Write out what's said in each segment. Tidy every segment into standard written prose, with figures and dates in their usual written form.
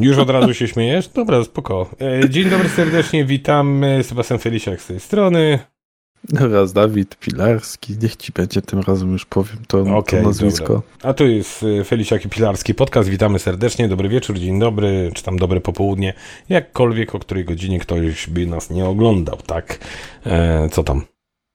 Już od razu się śmiejesz? Dobra, spoko. Dzień dobry serdecznie, witam. Sebastian Felisiak z tej strony. Raz Dawid Pilarski, niech ci będzie, tym razem już powiem to nazwisko. Dobra. A tu jest Felisiak i Pilarski podcast, witamy serdecznie, dobry wieczór, dzień dobry, czy tam dobre popołudnie, jakkolwiek, o której godzinie ktoś by nas nie oglądał, tak? Co tam?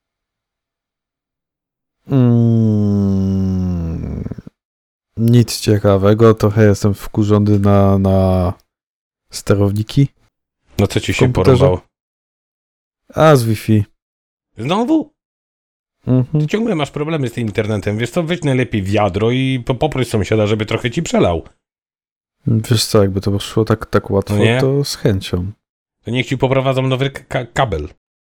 Nic ciekawego, trochę jestem wkurzony na sterowniki. No co ci się porąbało? A, z Wi-Fi. Znowu? Mhm. Ty ciągle masz problemy z tym internetem, wiesz co, weź najlepiej wiadro i poproś sąsiada, żeby trochę ci przelał. Wiesz co, jakby to szło tak łatwo, no to z chęcią. To niech ci poprowadzą nowy kabel.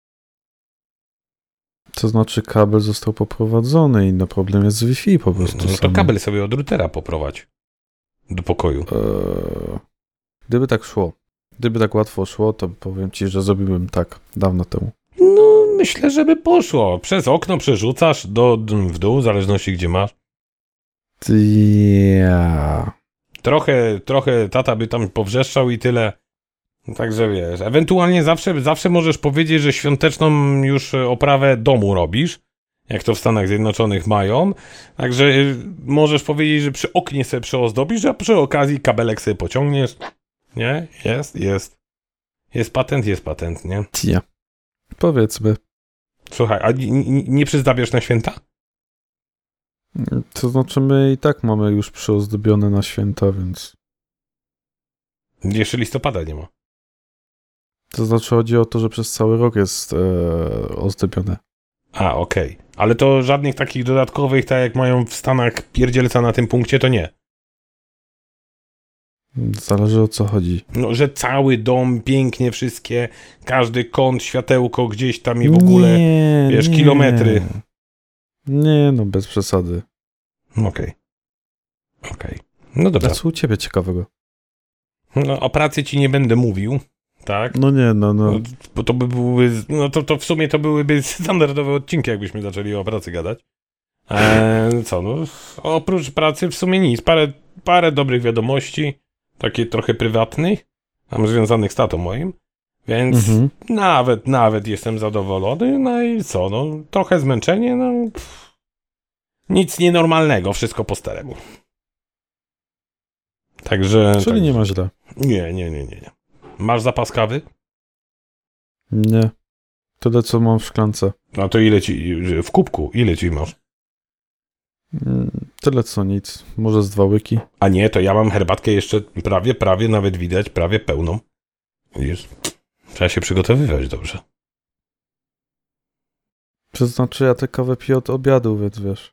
To znaczy kabel został poprowadzony i no problem jest z Wi-Fi po prostu. No to kabel sobie od routera poprowadź do pokoju. Gdyby tak szło, gdyby tak łatwo szło, to powiem ci, że zrobiłbym tak dawno temu. No, myślę, żeby poszło. Przez okno przerzucasz w dół, w zależności gdzie masz. Trochę tata by tam powrzeszczał i tyle. Także wiesz, ewentualnie zawsze możesz powiedzieć, że świąteczną już oprawę domu robisz, jak to w Stanach Zjednoczonych mają. Także możesz powiedzieć, że przy oknie sobie przyozdobisz, a przy okazji kabelek sobie pociągniesz. Nie? Jest. Jest patent, nie? Ja. Powiedzmy. Słuchaj, a nie przyzdabiasz na święta? To znaczy my i tak mamy już przyozdobione na święta, więc... Jeszcze listopada nie ma. To znaczy chodzi o to, że przez cały rok jest ozdobione. A, okej. Ale to żadnych takich dodatkowych, tak jak mają w Stanach pierdzielca na tym punkcie, to nie. Zależy o co chodzi. No, że cały dom, pięknie wszystkie, każdy kąt, światełko gdzieś tam i w ogóle, wiesz, kilometry. Nie, no bez przesady. Okej. No dobra. A co u ciebie ciekawego? No, o pracy ci nie będę mówił, tak? No nie, no. Bo to by były, no to w sumie to byłyby standardowe odcinki, jakbyśmy zaczęli o pracy gadać. Oprócz pracy w sumie nic, parę dobrych wiadomości, takie trochę prywatnych, tam związanych z tatą moim, więc nawet jestem zadowolony, no i co, no trochę zmęczenie, no nic nienormalnego, wszystko po staremu. Także... Czyli nie ma źle. Nie. Masz zapas kawy? Nie. Tyle co mam w szklance. A to ile ci, w kubku, ile ci masz? Tyle co nic. Może z 2 łyki. A nie, to ja mam herbatkę jeszcze prawie, nawet widać, prawie pełną. Widzisz? Trzeba się przygotowywać dobrze. To znaczy ja tę kawę piję od obiadu, więc wiesz.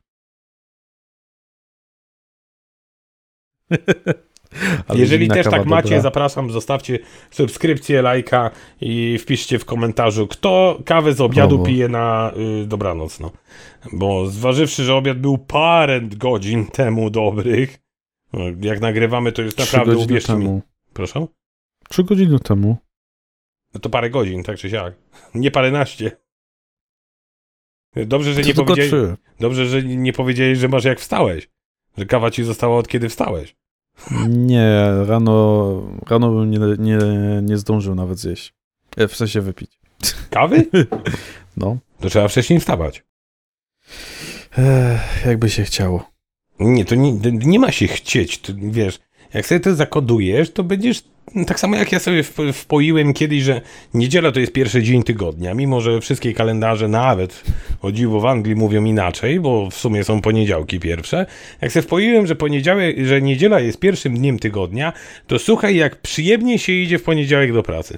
Jeżeli też tak macie, dobra. zapraszam, zostawcie subskrypcję, lajka i wpiszcie w komentarzu, kto kawę z obiadu pije na dobranoc, no. Bo zważywszy, że obiad był parę godzin temu dobrych, jak nagrywamy, to jest naprawdę, uwierzcie mi. Proszę? 3 godziny temu. No to parę godzin, tak czy siak. Nie paręnaście. Dobrze, że nie powiedzieli, że masz jak wstałeś. Że kawa ci została od kiedy wstałeś. Nie, rano bym nie zdążył nawet zjeść. W sensie wypić. Kawy? No. To trzeba wcześniej wstawać. Jakby się chciało. Nie, to nie ma się chcieć. To, wiesz, jak sobie to zakodujesz, to będziesz... Tak samo jak ja sobie wpoiłem kiedyś, że niedziela to jest pierwszy dzień tygodnia, mimo że wszystkie kalendarze, nawet o dziwo w Anglii, mówią inaczej, bo w sumie są poniedziałki pierwsze. Jak sobie wpoiłem, że niedziela jest pierwszym dniem tygodnia, to słuchaj, jak przyjemnie się idzie w poniedziałek do pracy.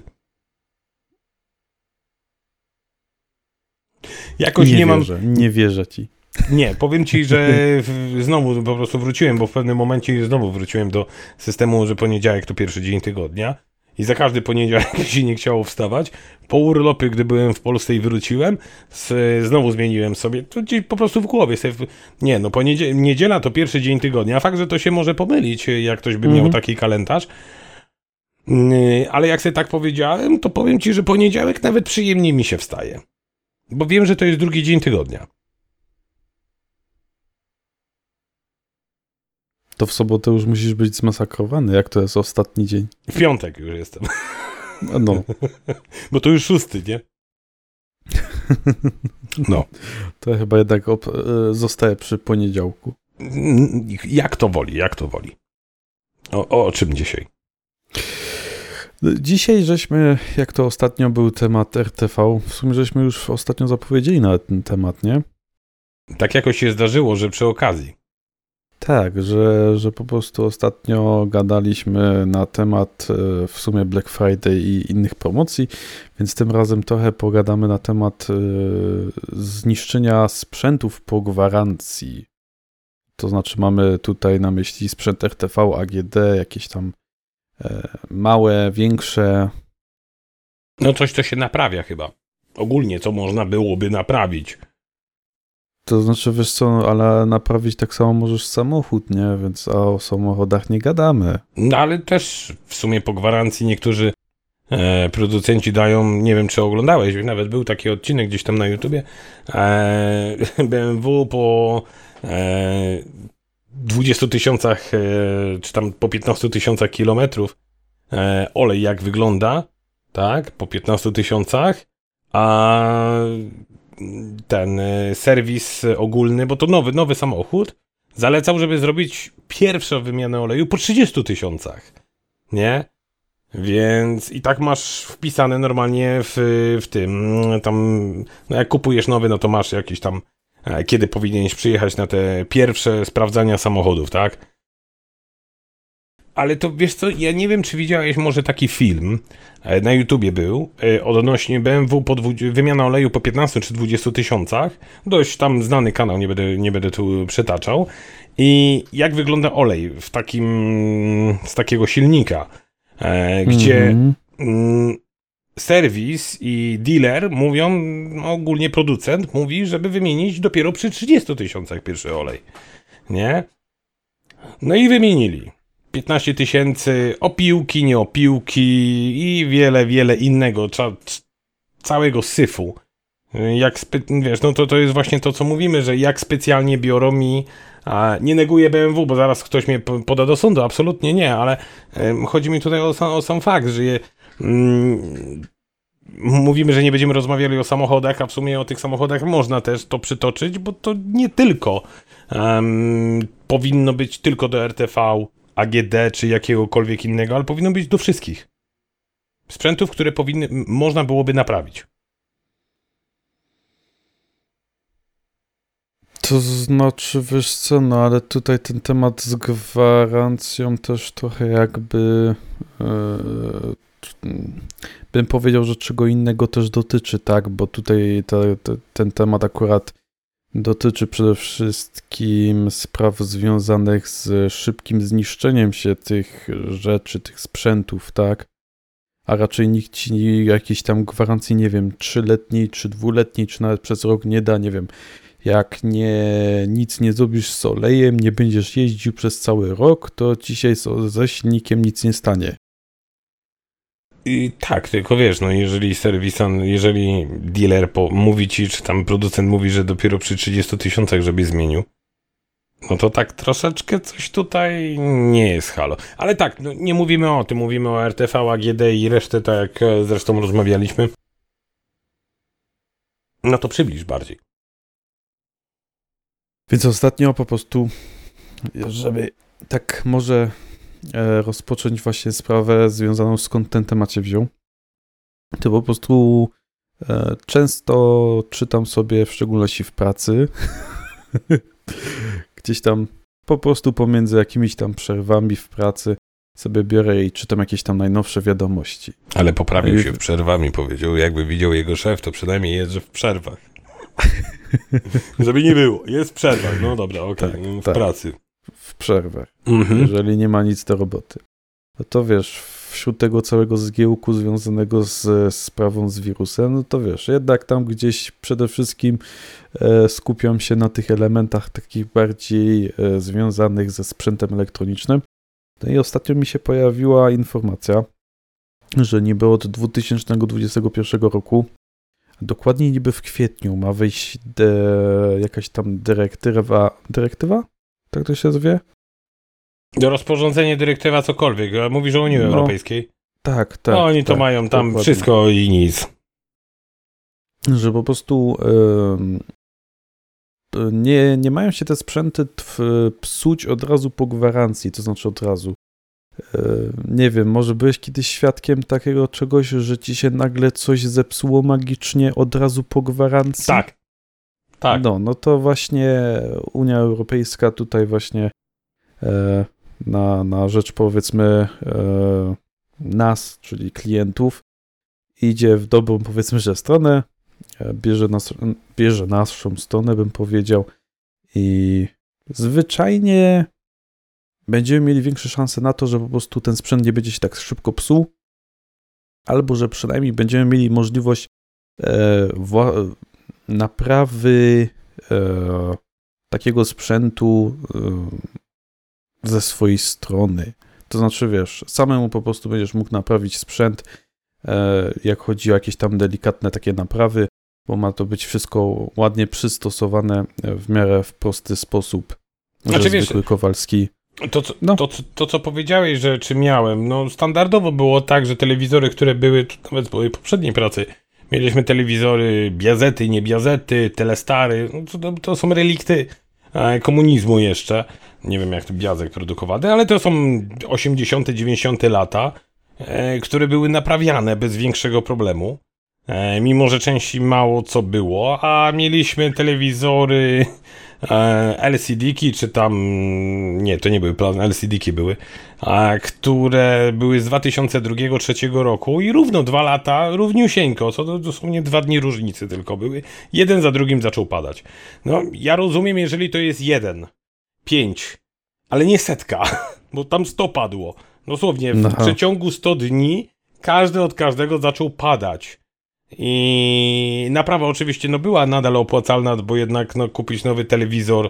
Jakoś nie wierzę ci. Nie, powiem ci, że znowu po prostu wróciłem, bo w pewnym momencie znowu wróciłem do systemu, że poniedziałek to pierwszy dzień tygodnia i za każdy poniedziałek się nie chciało wstawać. Po urlopie, gdy byłem w Polsce i wróciłem, znowu zmieniłem sobie, to gdzieś po prostu w głowie sobie, nie no, niedziela to pierwszy dzień tygodnia, fakt, że to się może pomylić, jak ktoś by miał taki kalendarz, ale jak sobie tak powiedziałem, to powiem ci, że poniedziałek nawet przyjemniej mi się wstaje, bo wiem, że to jest drugi dzień tygodnia. To w sobotę już musisz być zmasakrowany, jak to jest ostatni dzień. W piątek już jestem. No. Bo to już 6, nie? No. To chyba jednak zostaje przy poniedziałku. Jak to woli. O czym dzisiaj? Dzisiaj żeśmy, jak to ostatnio był temat RTV, w sumie żeśmy już ostatnio zapowiedzieli na ten temat, nie? Tak jakoś się zdarzyło, że przy okazji. Tak, że po prostu ostatnio gadaliśmy na temat w sumie Black Friday i innych promocji, więc tym razem trochę pogadamy na temat zniszczenia sprzętów po gwarancji. To znaczy mamy tutaj na myśli sprzęt RTV, AGD, jakieś tam małe, większe. No coś, co się naprawia chyba. Ogólnie, co można byłoby naprawić. To znaczy, wiesz co, ale naprawić tak samo możesz samochód, nie? Więc o samochodach nie gadamy. No ale też w sumie po gwarancji niektórzy producenci dają, nie wiem czy oglądałeś, nawet był taki odcinek gdzieś tam na YouTubie, BMW po 20 tysiącach, czy tam po 15 tysiącach kilometrów olej jak wygląda, tak, po 15 tysiącach, a ten serwis ogólny, bo to nowy samochód, zalecał, żeby zrobić pierwszą wymianę oleju po 30 tysiącach, nie? Więc i tak masz wpisane normalnie w tym, tam, no jak kupujesz nowy, no to masz jakiś tam, kiedy powinieneś przyjechać na te pierwsze sprawdzania samochodów, tak? Ale to wiesz co, ja nie wiem, czy widziałeś może taki film, na YouTubie był, odnośnie BMW wymiana oleju po 15 czy 20 tysiącach, dość tam znany kanał, nie będę tu przetaczał, i jak wygląda olej w z takiego silnika, gdzie serwis i dealer mówią, no ogólnie producent mówi, żeby wymienić dopiero przy 30 tysiącach pierwszy olej, nie? No i wymienili. 15 tysięcy, opiłki, nieopiłki i wiele innego, całego syfu. Wiesz, no to jest właśnie to, co mówimy, że jak specjalnie biorą i nie neguję BMW, bo zaraz ktoś mnie poda do sądu, absolutnie nie, ale chodzi mi tutaj o sam fakt, że mówimy, że nie będziemy rozmawiali o samochodach, a w sumie o tych samochodach można też to przytoczyć, bo to nie tylko powinno być tylko do RTV, AGD czy jakiegokolwiek innego, ale powinno być do wszystkich sprzętów, które można byłoby naprawić. To znaczy, wiesz co, no ale tutaj ten temat z gwarancją też trochę jakby bym powiedział, że czego innego też dotyczy, tak, bo tutaj ten temat akurat dotyczy przede wszystkim spraw związanych z szybkim zniszczeniem się tych rzeczy, tych sprzętów, tak, a raczej nikt ci jakiejś tam gwarancji, nie wiem, 3-letniej, czy 2-letniej, czy nawet przez rok nie da, nie wiem. Jak nic nie zrobisz z olejem, nie będziesz jeździł przez cały rok, to dzisiaj ze silnikiem nic nie stanie. I tak, tylko wiesz, no jeżeli dealer mówi ci, czy tam producent mówi, że dopiero przy 30 tysiącach, żeby zmienił, no to tak troszeczkę coś tutaj nie jest halo. Ale tak, no nie mówimy o tym, mówimy o RTV, AGD i resztę, tak jak zresztą rozmawialiśmy. No to przybliż bardziej. Więc ostatnio po prostu, żeby tak może rozpocząć właśnie sprawę związaną skąd ten temat się wziął, to po prostu często czytam sobie, w szczególności w pracy, gdzieś tam po prostu pomiędzy jakimiś tam przerwami w pracy sobie biorę i czytam jakieś tam najnowsze wiadomości. Ale poprawił się w przerwami, powiedział, jakby widział jego szef, to przynajmniej jest, że w przerwach. Żeby nie było, jest w przerwach, no dobra, okej, w pracy. W przerwach, jeżeli nie ma nic do roboty. No to wiesz, wśród tego całego zgiełku związanego z sprawą z wirusem, no to wiesz, jednak tam gdzieś przede wszystkim skupiam się na tych elementach takich bardziej związanych ze sprzętem elektronicznym. No i ostatnio mi się pojawiła informacja, że niby od 2021 roku, dokładnie niby w kwietniu, ma wejść jakaś tam dyrektywa? Tak to się zwie? Do rozporządzenia, dyrektywa, cokolwiek. A mówisz o Unii Europejskiej? Tak. No oni to mają tam dokładnie. Wszystko i nic. Że po prostu nie mają się te sprzęty psuć od razu po gwarancji, to znaczy od razu. Nie wiem, może byłeś kiedyś świadkiem takiego czegoś, że ci się nagle coś zepsuło magicznie od razu po gwarancji? Tak. No to właśnie Unia Europejska tutaj właśnie na rzecz powiedzmy nas, czyli klientów, idzie w dobrą powiedzmy, że stronę, bierze naszą stronę, bym powiedział, i zwyczajnie będziemy mieli większe szanse na to, że po prostu ten sprzęt nie będzie się tak szybko psuł, albo że przynajmniej będziemy mieli możliwość naprawy takiego sprzętu ze swojej strony. To znaczy, wiesz, samemu po prostu będziesz mógł naprawić sprzęt, jak chodzi o jakieś tam delikatne takie naprawy, bo ma to być wszystko ładnie przystosowane w miarę w prosty sposób. Znaczy, że zwykły Kowalski... To, co powiedziałeś, że czy miałem, no standardowo było tak, że telewizory, które były, nawet z mojej poprzedniej pracy, mieliśmy telewizory biazety, nie biazety, telestary, no to są relikty komunizmu jeszcze. Nie wiem, jak to biazek produkowany, ale to są 80., 90. lata, które były naprawiane bez większego problemu. Mimo że części mało co było, a mieliśmy telewizory LCD-ki, czy tam, nie, to nie były plazmy, LCD-ki były, które były z 2002-2003 roku i równo 2 lata, równiusieńko, co to dosłownie 2 dni różnicy tylko były, jeden za drugim zaczął padać. No, ja rozumiem, jeżeli to jest 1, 5, ale nie 100, bo tam 100 padło. Dosłownie w przeciągu 100 dni każdy od każdego zaczął padać. I naprawa oczywiście była nadal opłacalna, bo jednak kupić nowy telewizor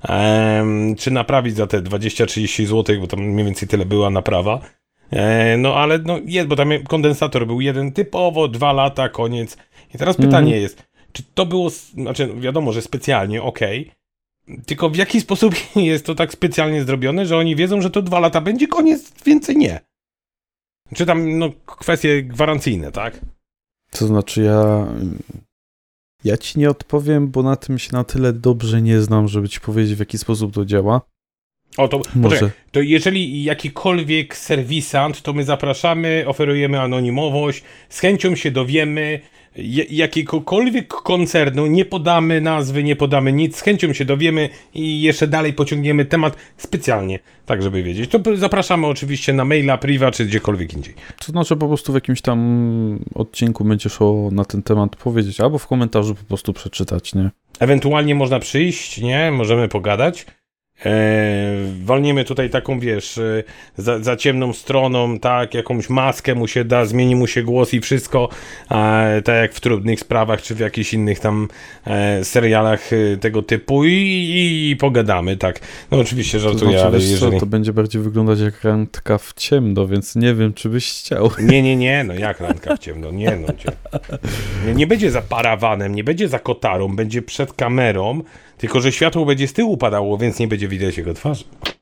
czy naprawić za te 20-30 zł, bo tam mniej więcej tyle była naprawa. Ale jest, bo tam kondensator był jeden typowo, 2 lata, koniec. I teraz pytanie jest, czy to było, znaczy wiadomo, że specjalnie, okej, tylko w jaki sposób jest to tak specjalnie zrobione, że oni wiedzą, że to 2 lata będzie, koniec, więcej nie. Czy tam kwestie gwarancyjne, tak? To znaczy ja ci nie odpowiem, bo na tym się na tyle dobrze nie znam, żeby ci powiedzieć, w jaki sposób to działa. O, to może. Poczekaj, to jeżeli jakikolwiek serwisant, to my zapraszamy, oferujemy anonimowość, z chęcią się dowiemy, jakiegokolwiek koncernu, nie podamy nazwy, nie podamy nic, z chęcią się dowiemy i jeszcze dalej pociągniemy temat specjalnie, tak żeby wiedzieć. To zapraszamy oczywiście na maila, priva, czy gdziekolwiek indziej. To znaczy po prostu w jakimś tam odcinku będziesz na ten temat powiedzieć, albo w komentarzu po prostu przeczytać, nie? Ewentualnie można przyjść, nie? Możemy pogadać. Walniemy tutaj taką, wiesz, za ciemną stroną, tak, jakąś maskę mu się da, zmieni mu się głos i wszystko, tak jak w Trudnych Sprawach, czy w jakichś innych tam serialach tego typu i pogadamy, tak. No oczywiście żartuję, to znaczy, ale jeżeli... to będzie bardziej wyglądać jak randka w ciemno, więc nie wiem, czy byś chciał. Nie, no jak randka w ciemno, nie będzie za parawanem, nie będzie za kotarą, będzie przed kamerą, tylko że światło będzie z tyłu padało, więc nie będzie widać jego twarzy.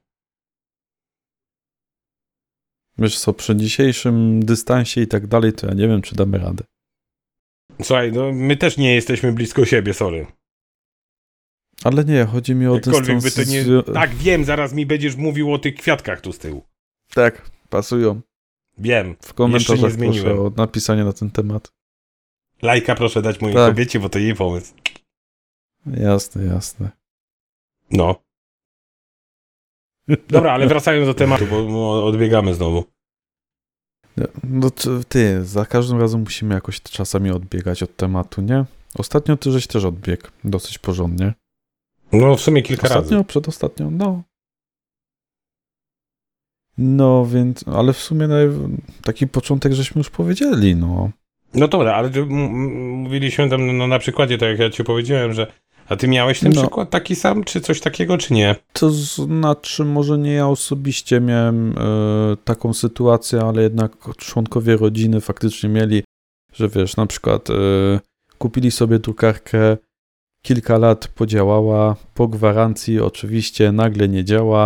Wiesz co, przy dzisiejszym dystansie i tak dalej, to ja nie wiem, czy damy radę. Słuchaj, my też nie jesteśmy blisko siebie, sorry. Ale nie, chodzi mi o dystans... by to nie... Tak, wiem, zaraz mi będziesz mówił o tych kwiatkach tu z tyłu. Tak, pasują. Wiem, w komentarzach proszę o napisanie na ten temat. Lajka proszę dać mojej kobiecie, bo to jej pomysł. Jasne. No. Dobra, ale wracając do tematu, bo odbiegamy znowu. No za każdym razem musimy jakoś czasami odbiegać od tematu, nie? Ostatnio ty żeś też odbiegł dosyć porządnie. No w sumie kilka razy. Przedostatnio, no. No więc, ale w sumie taki początek żeśmy już powiedzieli, no. No dobra, ale mówiliśmy tam na przykładzie, tak jak ja ci powiedziałem, że a ty miałeś ten przykład taki sam, czy coś takiego, czy nie? To znaczy, może nie ja osobiście miałem taką sytuację, ale jednak członkowie rodziny faktycznie mieli, że wiesz, na przykład kupili sobie drukarkę, kilka lat podziałała, po gwarancji oczywiście nagle nie działa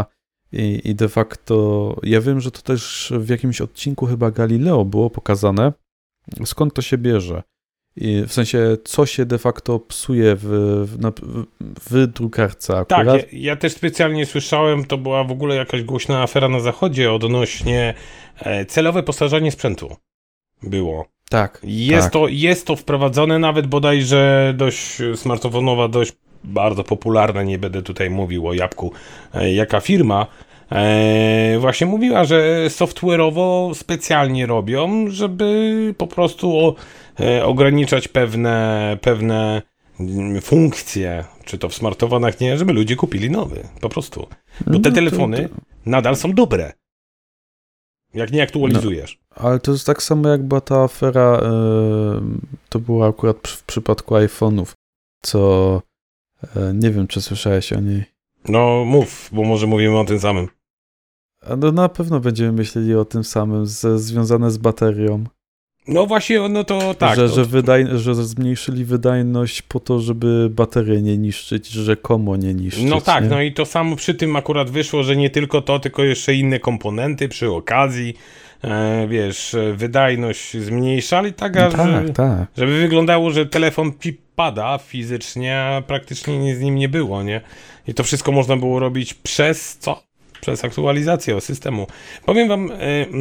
I de facto ja wiem, że to też w jakimś odcinku chyba Galileo było pokazane, skąd to się bierze. I w sensie, co się de facto psuje w drukarce akurat. Tak, ja też specjalnie słyszałem, to była w ogóle jakaś głośna afera na zachodzie odnośnie celowe postarzanie sprzętu było. Tak. Jest to wprowadzone nawet bodajże dość smartfonowa, dość bardzo popularna, nie będę tutaj mówił o jabłku, jaka firma, właśnie mówiła, że software'owo specjalnie robią, żeby po prostu ograniczać pewne funkcje, czy to w smartfonach, nie, żeby ludzie kupili nowy, po prostu. Bo te telefony nadal są dobre, jak nie aktualizujesz. No, ale to jest tak samo, jak była ta afera, to było akurat w przypadku iPhone'ów, co nie wiem, czy słyszałeś o niej. No mów, bo może mówimy o tym samym. No na pewno będziemy myśleli o tym samym, związane z baterią. No właśnie, no to tak. Że zmniejszyli wydajność po to, żeby baterię nie niszczyć, rzekomo nie niszczyć. No tak, nie? no i to samo przy tym akurat wyszło, że nie tylko to, tylko jeszcze inne komponenty przy okazji, wiesz, wydajność zmniejszali tak, żeby wyglądało, że telefon pada fizycznie, a praktycznie z nim nie było, nie? I to wszystko można było robić przez co? Przez aktualizację systemu. Powiem wam,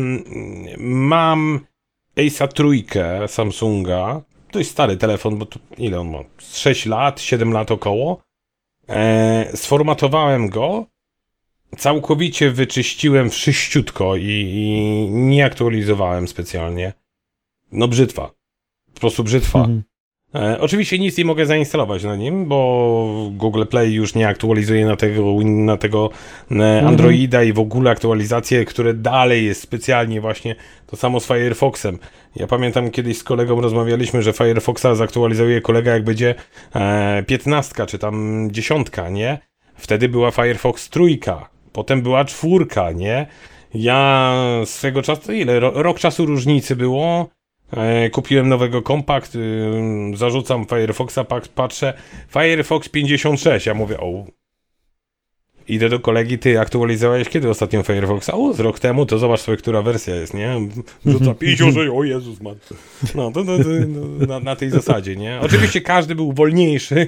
mam Ace'a trójkę Samsunga, to jest stary telefon, bo to ile on ma? 6 lat, 7 lat około. Sformatowałem go, całkowicie wyczyściłem wszyściutko i nie aktualizowałem specjalnie. No brzytwa. Po prostu brzytwa. Oczywiście nic nie mogę zainstalować na nim, bo Google Play już nie aktualizuje na tego Androida i w ogóle aktualizacje, które dalej jest specjalnie właśnie to samo z Firefoxem. Ja pamiętam kiedyś z kolegą rozmawialiśmy, że Firefoxa zaktualizuje kolega jak będzie 15 czy tam 10, nie? Wtedy była Firefox trójka, potem była 4, nie? Ja swego czasu, rok czasu różnicy było. Kupiłem nowego kompakt, zarzucam Firefoxa, patrzę, Firefox 56, ja mówię, idę do kolegi, ty aktualizowałeś kiedy ostatnio Firefoxa? Z rok temu, to zobacz sobie, która wersja jest, nie? Rzuca 56, o Jezus man. No, to na tej zasadzie, nie? Oczywiście każdy był wolniejszy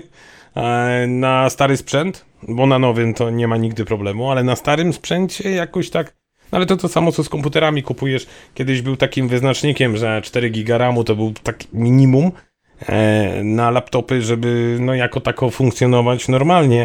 na stary sprzęt, bo na nowym to nie ma nigdy problemu, ale na starym sprzęcie jakoś tak. Ale to samo, co z komputerami kupujesz. Kiedyś był takim wyznacznikiem, że 4 giga RAMu to był tak minimum na laptopy, żeby no jako tako funkcjonować normalnie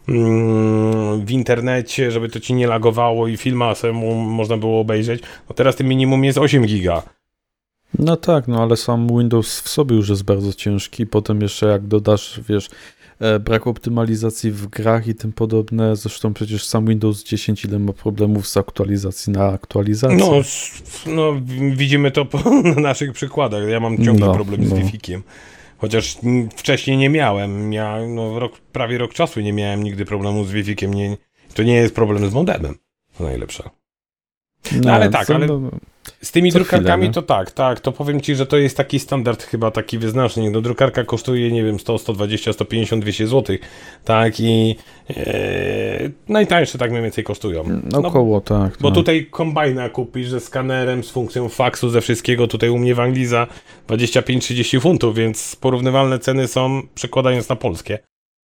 w internecie, żeby to ci nie lagowało i filma sobie można było obejrzeć. No teraz tym minimum jest 8 giga. No tak, no ale sam Windows w sobie już jest bardzo ciężki. Potem jeszcze jak dodasz, wiesz, brak optymalizacji w grach i tym podobne. Zresztą przecież sam Windows 10 ile ma problemów z aktualizacji na aktualizację. No widzimy to na naszych przykładach. Ja mam ciągle problem z Wi-Fi-kiem. Chociaż wcześniej nie miałem. Prawie rok czasu nie miałem nigdy problemu z Wi-Fi-kiem. To nie jest problem z modemem. To najlepsze. Ale z tymi drukarkami chwilę, to to powiem ci, że to jest taki standard chyba, taki wyznacznik. No drukarka kosztuje, nie wiem, 100, 120, 150, 200 zł, tak, i najtańsze tak mniej więcej kosztują. Około, tak. Bo tutaj kombajna kupisz ze skanerem, z funkcją faksu, ze wszystkiego, tutaj u mnie w Anglii za 25-30 funtów, więc porównywalne ceny są, przekładając na polskie.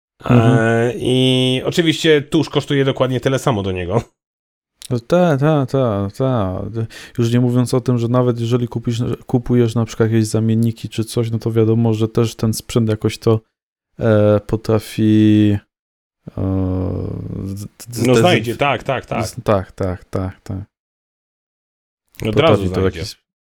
I oczywiście tusz kosztuje dokładnie tyle samo do niego. Tak. Już nie mówiąc o tym, że nawet jeżeli kupujesz na przykład jakieś zamienniki czy coś, no to wiadomo, że też ten sprzęt jakoś to potrafi... znajdzie, tak. Tak. Od razu znajdzie.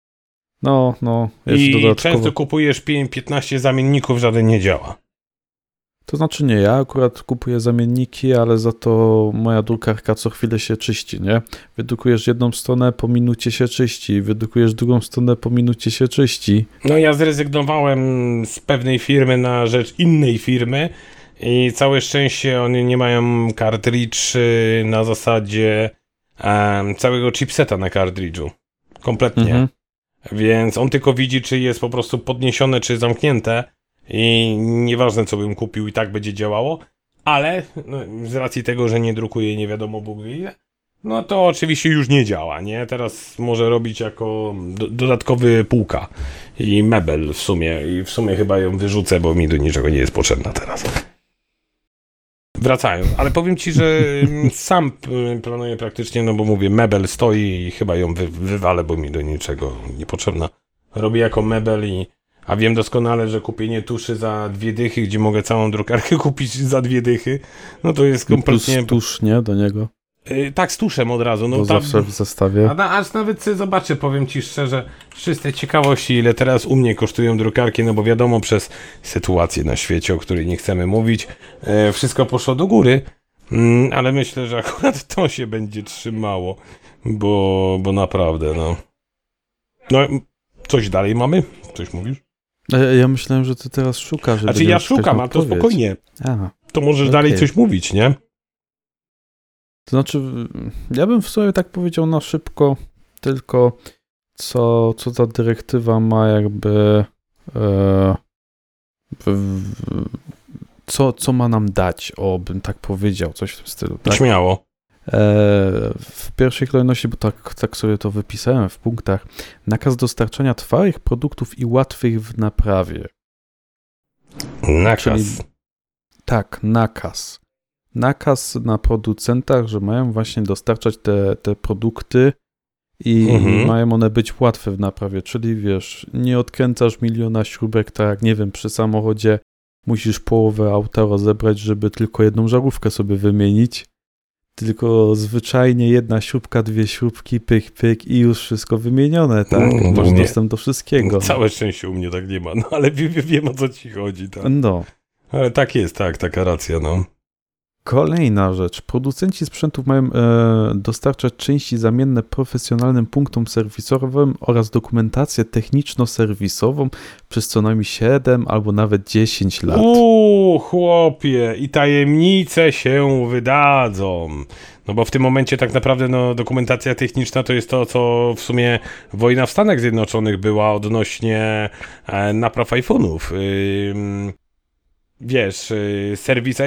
I dodatkowo... często kupujesz 15 zamienników, żaden nie działa. To znaczy nie, ja akurat kupuję zamienniki, ale za to moja drukarka co chwilę się czyści, nie? Wydrukujesz jedną stronę, po minucie się czyści, wydrukujesz drugą stronę, po minucie się czyści. No ja zrezygnowałem z pewnej firmy na rzecz innej firmy i całe szczęście oni nie mają cartridge na zasadzie całego chipseta na cartridge'u. Kompletnie. Więc on tylko widzi, czy jest po prostu podniesione, czy zamknięte. I nieważne co bym kupił i tak będzie działało, ale z racji tego, że nie drukuje nie wiadomo Bóg wie ile, no to oczywiście już nie działa, nie? Teraz może robić jako dodatkowy półka i mebel w sumie. I w sumie chyba ją wyrzucę, bo mi do niczego nie jest potrzebna teraz. Wracając, ale powiem ci, że sam planuję praktycznie, no bo mówię, mebel stoi i chyba ją wywalę, bo mi do niczego niepotrzebna. Robię jako mebel a wiem doskonale, że kupienie tuszy za 2 dychy, gdzie mogę całą drukarkę kupić za 2 dychy, no to jest kompletnie... Plus tusz, nie? Do niego? Tak, z tuszem od razu. No, bo zawsze w zestawie. Aż nawet sobie zobaczę, powiem ci szczerze, z czystej ciekawości, ile teraz u mnie kosztują drukarki, no bo wiadomo, przez sytuację na świecie, o której nie chcemy mówić, wszystko poszło do góry, ale myślę, że akurat to się będzie trzymało, bo naprawdę, no. No, coś dalej mamy? Coś mówisz? Ja myślałem, że ty teraz szukasz. Znaczy ja szukam, a to spokojnie. Aha, to możesz dalej coś mówić, nie? To znaczy, ja bym w sumie tak powiedział na szybko, tylko co ta dyrektywa ma jakby, co ma nam dać, bym tak powiedział, coś w tym stylu. Tak? Śmiało. W pierwszej kolejności, bo tak sobie to wypisałem w punktach, nakaz dostarczania trwałych produktów i łatwych w naprawie. Nakaz. Czyli, tak, nakaz. Nakaz na producentach, że mają właśnie dostarczać te produkty i mają one być łatwe w naprawie, czyli wiesz, nie odkręcasz miliona śrubek, tak jak, nie wiem, przy samochodzie musisz połowę auta rozebrać, żeby tylko jedną żarówkę sobie wymienić, tylko zwyczajnie 1 śrubka, 2 śrubki, pyk, pyk i już wszystko wymienione, tak? Masz dostęp do wszystkiego. Całe szczęście u mnie tak nie ma, no ale wiem o co ci chodzi, tak? No. Ale tak jest, tak, taka racja, no. Kolejna rzecz. Producenci sprzętów mają dostarczać części zamienne profesjonalnym punktom serwisowym oraz dokumentację techniczno-serwisową przez co najmniej 7 albo nawet 10 lat. Chłopie, i tajemnice się wydadzą. No bo w tym momencie tak naprawdę no, dokumentacja techniczna to jest to, co w sumie wojna w Stanach Zjednoczonych była odnośnie napraw iPhone'ów. Wiesz, serwis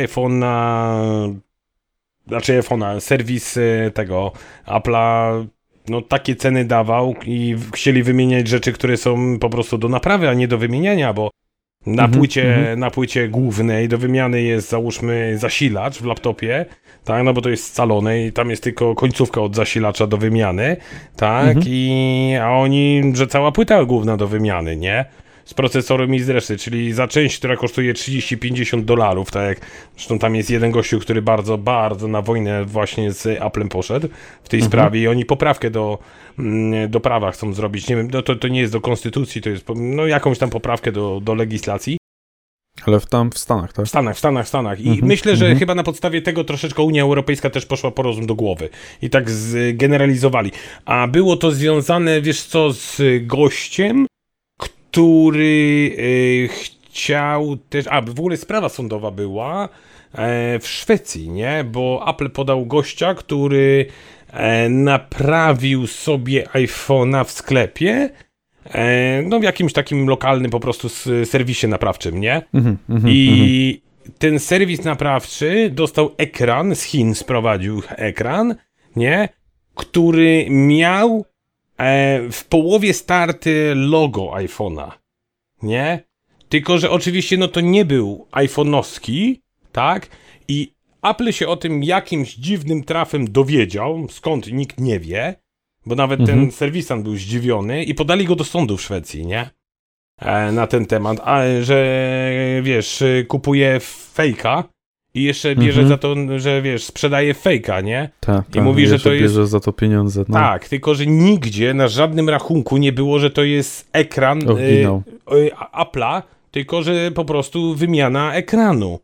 serwis tego Apple'a, no takie ceny dawał i chcieli wymieniać rzeczy, które są po prostu do naprawy, a nie do wymieniania, bo na płycie głównej do wymiany jest, załóżmy, zasilacz w laptopie, tak, no bo to jest scalone i tam jest tylko końcówka od zasilacza do wymiany, tak, a oni, że cała płyta główna do wymiany, nie? Z procesorem i z reszty, czyli za część, która kosztuje $30-50, tak jak zresztą tam jest jeden gościu, który bardzo, bardzo na wojnę właśnie z Applem poszedł w tej sprawie i oni poprawkę do prawa chcą zrobić, nie wiem, no to nie jest do konstytucji, to jest no jakąś tam poprawkę do legislacji. Ale w Stanach, tak? W Stanach. I myślę, że chyba na podstawie tego troszeczkę Unia Europejska też poszła po rozum do głowy. I tak zgeneralizowali. A było to związane, wiesz co, z gościem, który chciał też... w ogóle sprawa sądowa była w Szwecji, nie? Bo Apple podał gościa, który naprawił sobie iPhone'a w sklepie, no w jakimś takim lokalnym po prostu serwisie naprawczym, nie? I ten serwis naprawczy dostał ekran, z Chin sprowadził ekran, nie? Który miał w połowie starty logo iPhone'a, nie? Tylko, że oczywiście no to nie był iPhone'owski, tak? I Apple się o tym jakimś dziwnym trafem dowiedział, skąd nikt nie wie, bo nawet ten serwisant był zdziwiony i podali go do sądu w Szwecji, nie? Na ten temat, że wiesz, kupuje fejka i jeszcze bierze za to, że wiesz, sprzedaje fejka, nie? Tak, i mówi, że to jest... bierze za to pieniądze. No. Tak, tylko, że nigdzie na żadnym rachunku nie było, że to jest ekran Apple'a, tylko, że po prostu wymiana ekranu.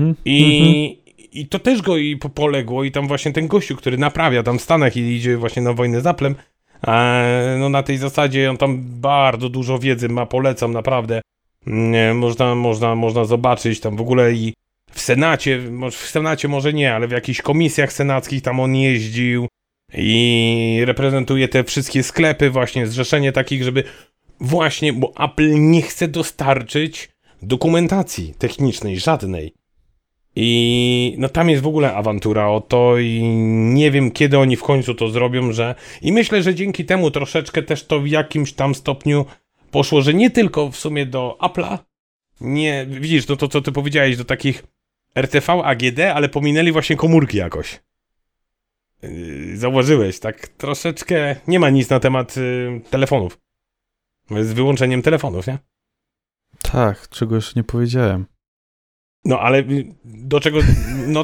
I to też go poległo i tam właśnie ten gościu, który naprawia tam w Stanach i idzie właśnie na wojnę z Applem, no na tej zasadzie on tam bardzo dużo wiedzy ma, polecam naprawdę. Można zobaczyć tam w ogóle i w Senacie może nie, ale w jakichś komisjach senackich tam on jeździł i reprezentuje te wszystkie sklepy, właśnie zrzeszenie takich, żeby właśnie, bo Apple nie chce dostarczyć dokumentacji technicznej, żadnej. I no tam jest w ogóle awantura o to i nie wiem, kiedy oni w końcu to zrobią, że... I myślę, że dzięki temu troszeczkę też to w jakimś tam stopniu poszło, że nie tylko w sumie do Apple'a, nie, widzisz, to co ty powiedziałeś, do takich RTV, AGD, ale pominęli właśnie komórki jakoś. Zauważyłeś, tak troszeczkę nie ma nic na temat telefonów. Z wyłączeniem telefonów, nie? Tak, czego jeszcze nie powiedziałem. No, ale do czego... No...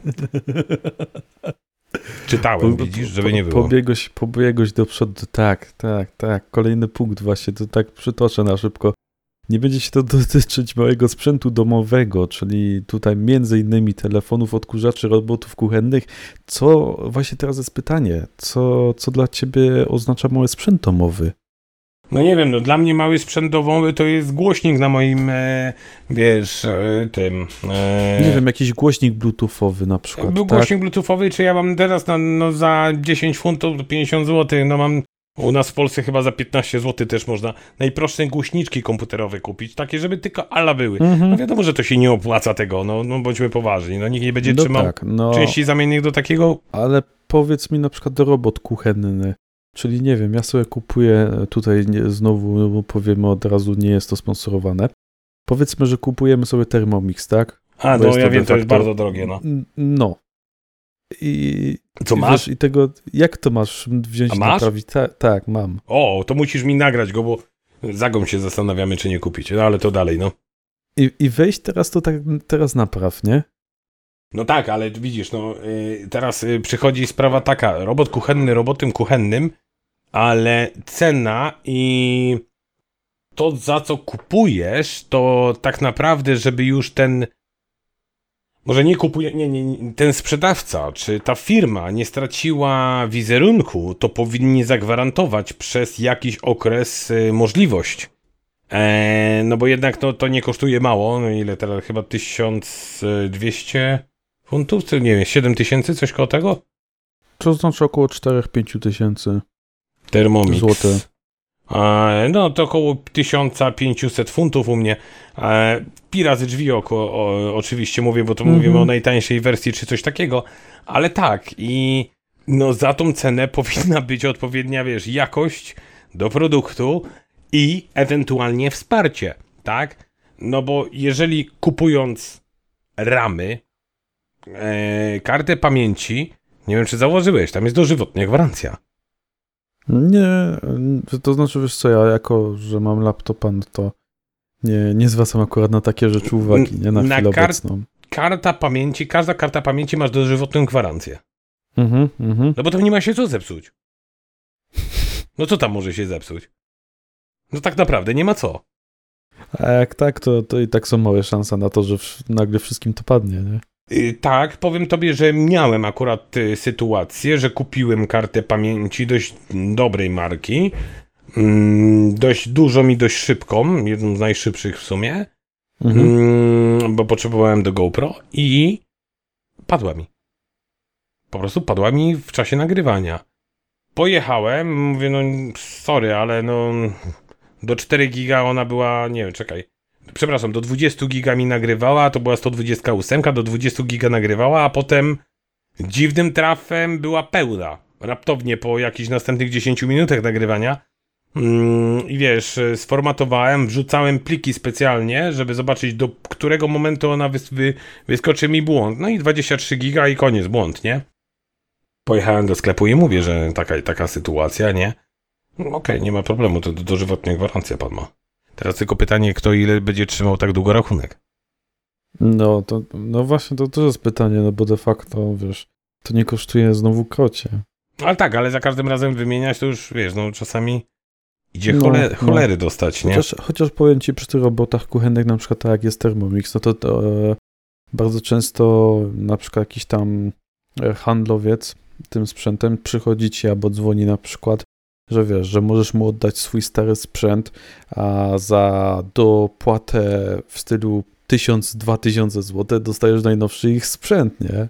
Czytałem, widzisz, żeby nie było. Pobiegłeś do przodu. Tak. Kolejny punkt właśnie, to tak przytoczę na szybko. Nie będzie się to dotyczyć małego sprzętu domowego, czyli tutaj między innymi telefonów, odkurzaczy, robotów kuchennych. Co, właśnie teraz jest pytanie, co dla ciebie oznacza mały sprzęt domowy? No nie wiem, no dla mnie mały sprzęt domowy to jest głośnik na moim, wiesz, tym... Nie wiem, jakiś głośnik bluetoothowy na przykład, Był głośnik bluetoothowy, czy ja mam teraz za 10 funtów 50 zł, no mam u nas w Polsce chyba za 15 zł też można najprostsze głośniczki komputerowe kupić, takie, żeby tylko ala były. No wiadomo, że to się nie opłaca tego, no bądźmy poważni, no nikt nie będzie trzymał części zamiennych do takiego... Ale powiedz mi na przykład robot kuchenny. Czyli nie wiem, ja sobie kupuję, tutaj znowu powiemy od razu, nie jest to sponsorowane. Powiedzmy, że kupujemy sobie Thermomix, tak? A, no ja wiem, to jest bardzo drogie, no. No. I co masz? Wiesz, i tego, jak to masz wziąć i naprawić? Tak, mam. O, to musisz mi nagrać go, bo zagą się zastanawiamy, czy nie kupić. No ale to dalej, no. I wejść teraz to tak, teraz napraw, nie? No tak, ale widzisz, no teraz przychodzi sprawa taka, robot kuchenny robotem kuchennym, ale cena i to, za co kupujesz, to tak naprawdę, żeby już ten, może nie kupuje, nie, ten sprzedawca, czy ta firma nie straciła wizerunku, to powinni zagwarantować przez jakiś okres możliwość. No bo jednak to nie kosztuje mało, no ile teraz, chyba 1200 funtów, czy nie wiem, 7000, coś koło tego? To znaczy około 4-5 tysięcy Thermomix. Złote. No to około 1500 funtów u mnie. Pi razy drzwi oczywiście mówię, bo to mówimy o najtańszej wersji czy coś takiego, ale tak i no za tą cenę powinna być odpowiednia, wiesz, jakość do produktu i ewentualnie wsparcie, tak? No bo jeżeli kupując ramy, kartę pamięci, nie wiem czy zauważyłeś, tam jest dożywotnia gwarancja. Nie, to znaczy, wiesz co, ja jako, że mam laptopa, no to nie zwracam akurat na takie rzeczy uwagi, nie na chwilę obecną. Każda karta pamięci masz dożywotną gwarancję. No bo to nie ma się co zepsuć. No co tam może się zepsuć? No tak naprawdę nie ma co. A jak tak, to i tak są małe szanse na to, że nagle wszystkim to padnie, nie? Tak, powiem tobie, że miałem akurat sytuację, że kupiłem kartę pamięci dość dobrej marki, dość dużą i dość szybką, jedną z najszybszych w sumie, bo potrzebowałem do GoPro i padła mi. Po prostu padła mi w czasie nagrywania. Pojechałem, mówię, no sorry, ale no do 4 giga ona była, nie wiem, czekaj. Przepraszam, do 20 giga mi nagrywała, to była 128, do 20 giga nagrywała, a potem dziwnym trafem była pełna. Raptownie po jakichś następnych 10 minutach nagrywania. I wiesz, sformatowałem, wrzucałem pliki specjalnie, żeby zobaczyć, do którego momentu ona wyskoczy mi błąd. No i 23 giga i koniec, błąd, nie? Pojechałem do sklepu i mówię, że taka sytuacja, nie? Okej, nie ma problemu, to dożywotnia gwarancja pan ma. Teraz tylko pytanie, kto ile będzie trzymał tak długo rachunek. No właśnie, to też jest pytanie, no bo de facto, wiesz, to nie kosztuje znowu krocie. Ale tak, ale za każdym razem wymieniać to już, wiesz, no czasami idzie cholery dostać, nie? Chociaż powiem ci, przy tych robotach kuchennych, na przykład tak jak jest Thermomix, no to bardzo często na przykład jakiś tam handlowiec tym sprzętem przychodzi ci albo dzwoni na przykład, że wiesz, że możesz mu oddać swój stary sprzęt, a za dopłatę w stylu 1000-2000 zł dostajesz najnowszy ich sprzęt, nie?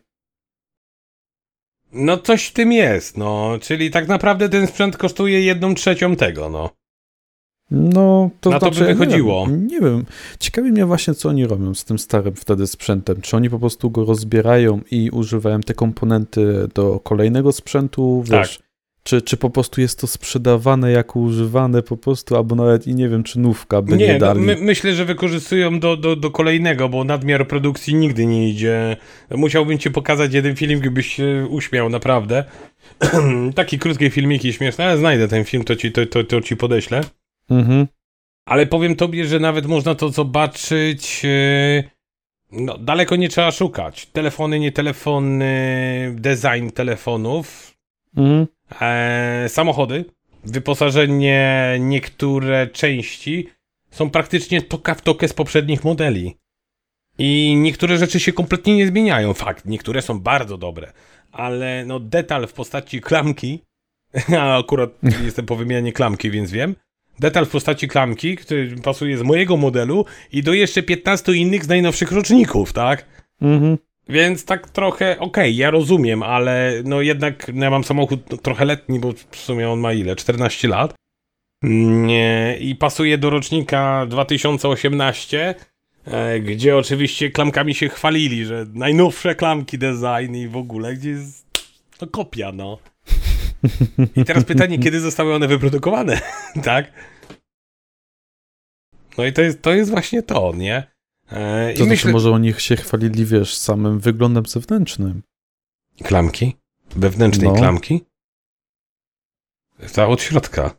No coś w tym jest, no, czyli tak naprawdę ten sprzęt kosztuje 1/3 tego, no. No, to Na to znaczy, by wychodziło. Nie wiem. Ciekawi mnie właśnie, co oni robią z tym starym wtedy sprzętem. Czy oni po prostu go rozbierają i używają te komponenty do kolejnego sprzętu, wiesz? Czy po prostu jest to sprzedawane jako używane po prostu, albo nawet i nie wiem, czy nówka by nie dali. Myślę, że wykorzystują do kolejnego, bo nadmiar produkcji nigdy nie idzie. Musiałbym ci pokazać jeden film, gdybyś się uśmiał, naprawdę. Takie krótkie filmiki śmieszne, ale znajdę ten film, to ci podeślę. Mhm. Ale powiem tobie, że nawet można to zobaczyć, no, daleko nie trzeba szukać. Telefony, nie telefony, design telefonów, samochody, wyposażenie, niektóre części są praktycznie toka w tokę z poprzednich modeli. I niektóre rzeczy się kompletnie nie zmieniają. Fakt, niektóre są bardzo dobre, ale no detal w postaci klamki, a akurat jestem po wymianie klamki, więc wiem, detal w postaci klamki, który pasuje z mojego modelu i do jeszcze 15 innych z najnowszych roczników, tak? Mhm. Więc tak trochę, okej, ja rozumiem, ale no jednak ja mam samochód trochę letni, bo w sumie on ma ile? 14 lat. I pasuje do rocznika 2018, gdzie oczywiście klamkami się chwalili, że najnowsze klamki design i w ogóle, gdzie jest to kopia, no. I teraz pytanie, kiedy zostały one wyprodukowane, tak? No i to jest właśnie to, nie? To znaczy, może oni się chwalili, wiesz, samym wyglądem zewnętrznym. Klamki? Wewnętrznej klamki? Ta od środka.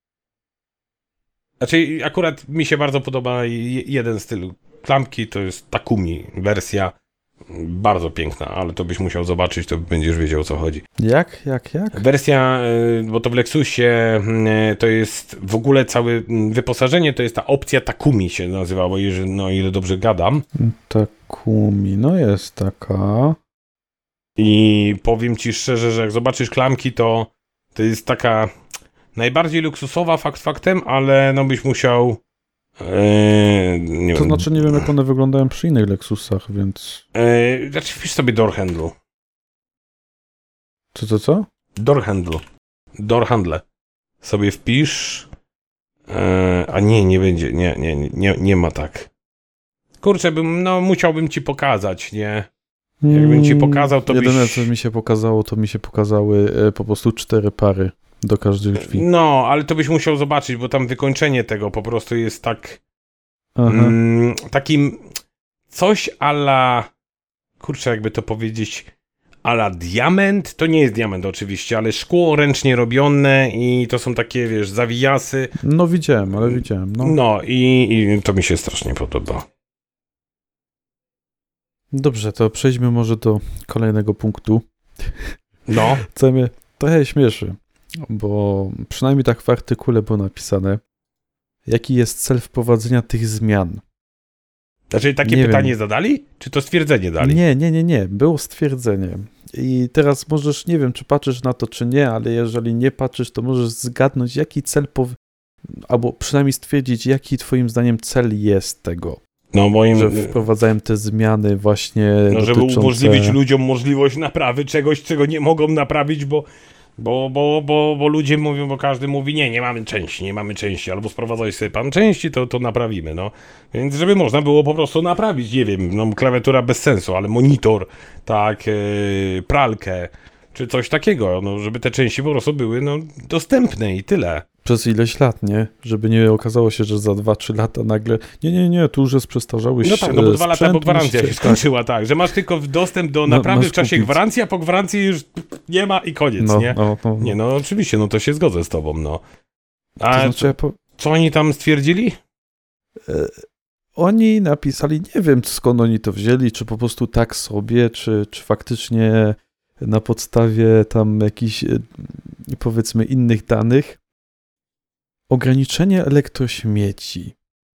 Znaczy, akurat mi się bardzo podoba jeden styl klamki, to jest Takumi wersja. Bardzo piękna, ale to byś musiał zobaczyć, to będziesz wiedział, o co chodzi. Jak? Wersja, bo to w Lexusie to jest w ogóle całe wyposażenie, to jest ta opcja Takumi się nazywało, no ile dobrze gadam. Takumi, no jest taka. I powiem ci szczerze, że jak zobaczysz klamki, to jest taka najbardziej luksusowa fakt faktem, ale no byś musiał to znaczy nie wiem, jak one wyglądają przy innych Lexusach, więc... Znaczy wpisz sobie door handle. Co? Door handle. Door handle. Sobie wpisz. A nie będzie. Nie ma tak. Kurczę, musiałbym ci pokazać, nie? Jakbym ci pokazał, to jedyne, co mi się pokazało, to mi się pokazały po prostu 4 pary do każdej drzwi. No, ale to byś musiał zobaczyć, bo tam wykończenie tego po prostu jest tak... takim coś a la... Kurczę, jakby to powiedzieć... A la diament? To nie jest diament oczywiście, ale szkło ręcznie robione i to są takie, wiesz, zawijasy. No widziałem. No i to mi się strasznie podoba. Dobrze, to przejdźmy może do kolejnego punktu. No. Co mnie trochę śmieszy, bo przynajmniej tak w artykule było napisane, jaki jest cel wprowadzenia tych zmian. Znaczy takie pytanie zadali? Czy to stwierdzenie dali? Nie. Było stwierdzenie. I teraz możesz, nie wiem, czy patrzysz na to, czy nie, ale jeżeli nie patrzysz, to możesz zgadnąć, jaki cel, albo przynajmniej stwierdzić, jaki twoim zdaniem cel jest tego. No że wprowadzają te zmiany właśnie dotyczące... żeby umożliwić ludziom możliwość naprawy czegoś, czego nie mogą naprawić, bo ludzie mówią, bo każdy mówi, nie mamy części, albo sprowadzaj sobie pan części, to naprawimy, no. Więc żeby można było po prostu naprawić, nie wiem, no klawiatura bez sensu, ale monitor, tak, pralkę, czy coś takiego, no, żeby te części po prostu były, no, dostępne i tyle. Przez ileś lat, nie? Żeby nie okazało się, że za 2-3 lata nagle nie, tu już jest przestarzały No tak, no bo 2 lata po gwarancja się skończyła, tak, że masz tylko dostęp do naprawy w czasie gwarancji, a po gwarancji już nie ma i koniec, nie? Nie, no oczywiście, no to się zgodzę z tobą, no. A to znaczy, co oni tam stwierdzili? Oni napisali, nie wiem skąd oni to wzięli, czy po prostu tak sobie, czy faktycznie na podstawie tam jakichś, powiedzmy, innych danych. Ograniczenie elektrośmieci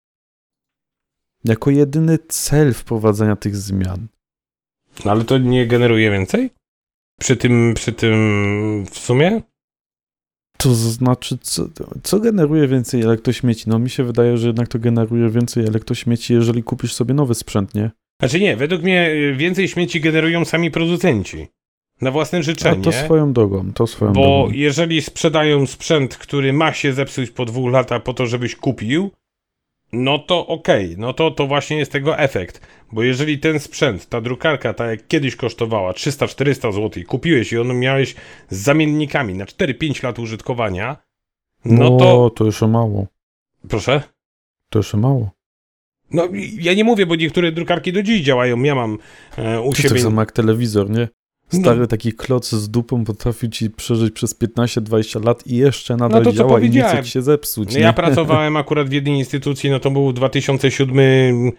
jako jedyny cel wprowadzenia tych zmian. No ale to nie generuje więcej? Przy tym w sumie? To znaczy, co generuje więcej elektrośmieci? No mi się wydaje, że jednak to generuje więcej elektrośmieci, jeżeli kupisz sobie nowy sprzęt, nie? Znaczy nie, według mnie więcej śmieci generują sami producenci. Na własne życzenie. To swoją drogą, Bo jeżeli sprzedają sprzęt, który ma się zepsuć po 2 latach po to, żebyś kupił, no to okej, no to właśnie jest tego efekt. Bo jeżeli ten sprzęt, ta drukarka, tak jak kiedyś kosztowała 300-400 zł, kupiłeś i ją miałeś z zamiennikami na 4-5 lat użytkowania, no to... to jeszcze mało. Proszę? To jeszcze mało. No ja nie mówię, bo niektóre drukarki do dziś działają. Ja mam u siebie... To samo jak telewizor, nie? Stary taki kloc z dupą potrafił ci przeżyć przez 15-20 lat i jeszcze nadal działa i nie chce ci się zepsuć. Ja pracowałem akurat w jednej instytucji, no to był 2007,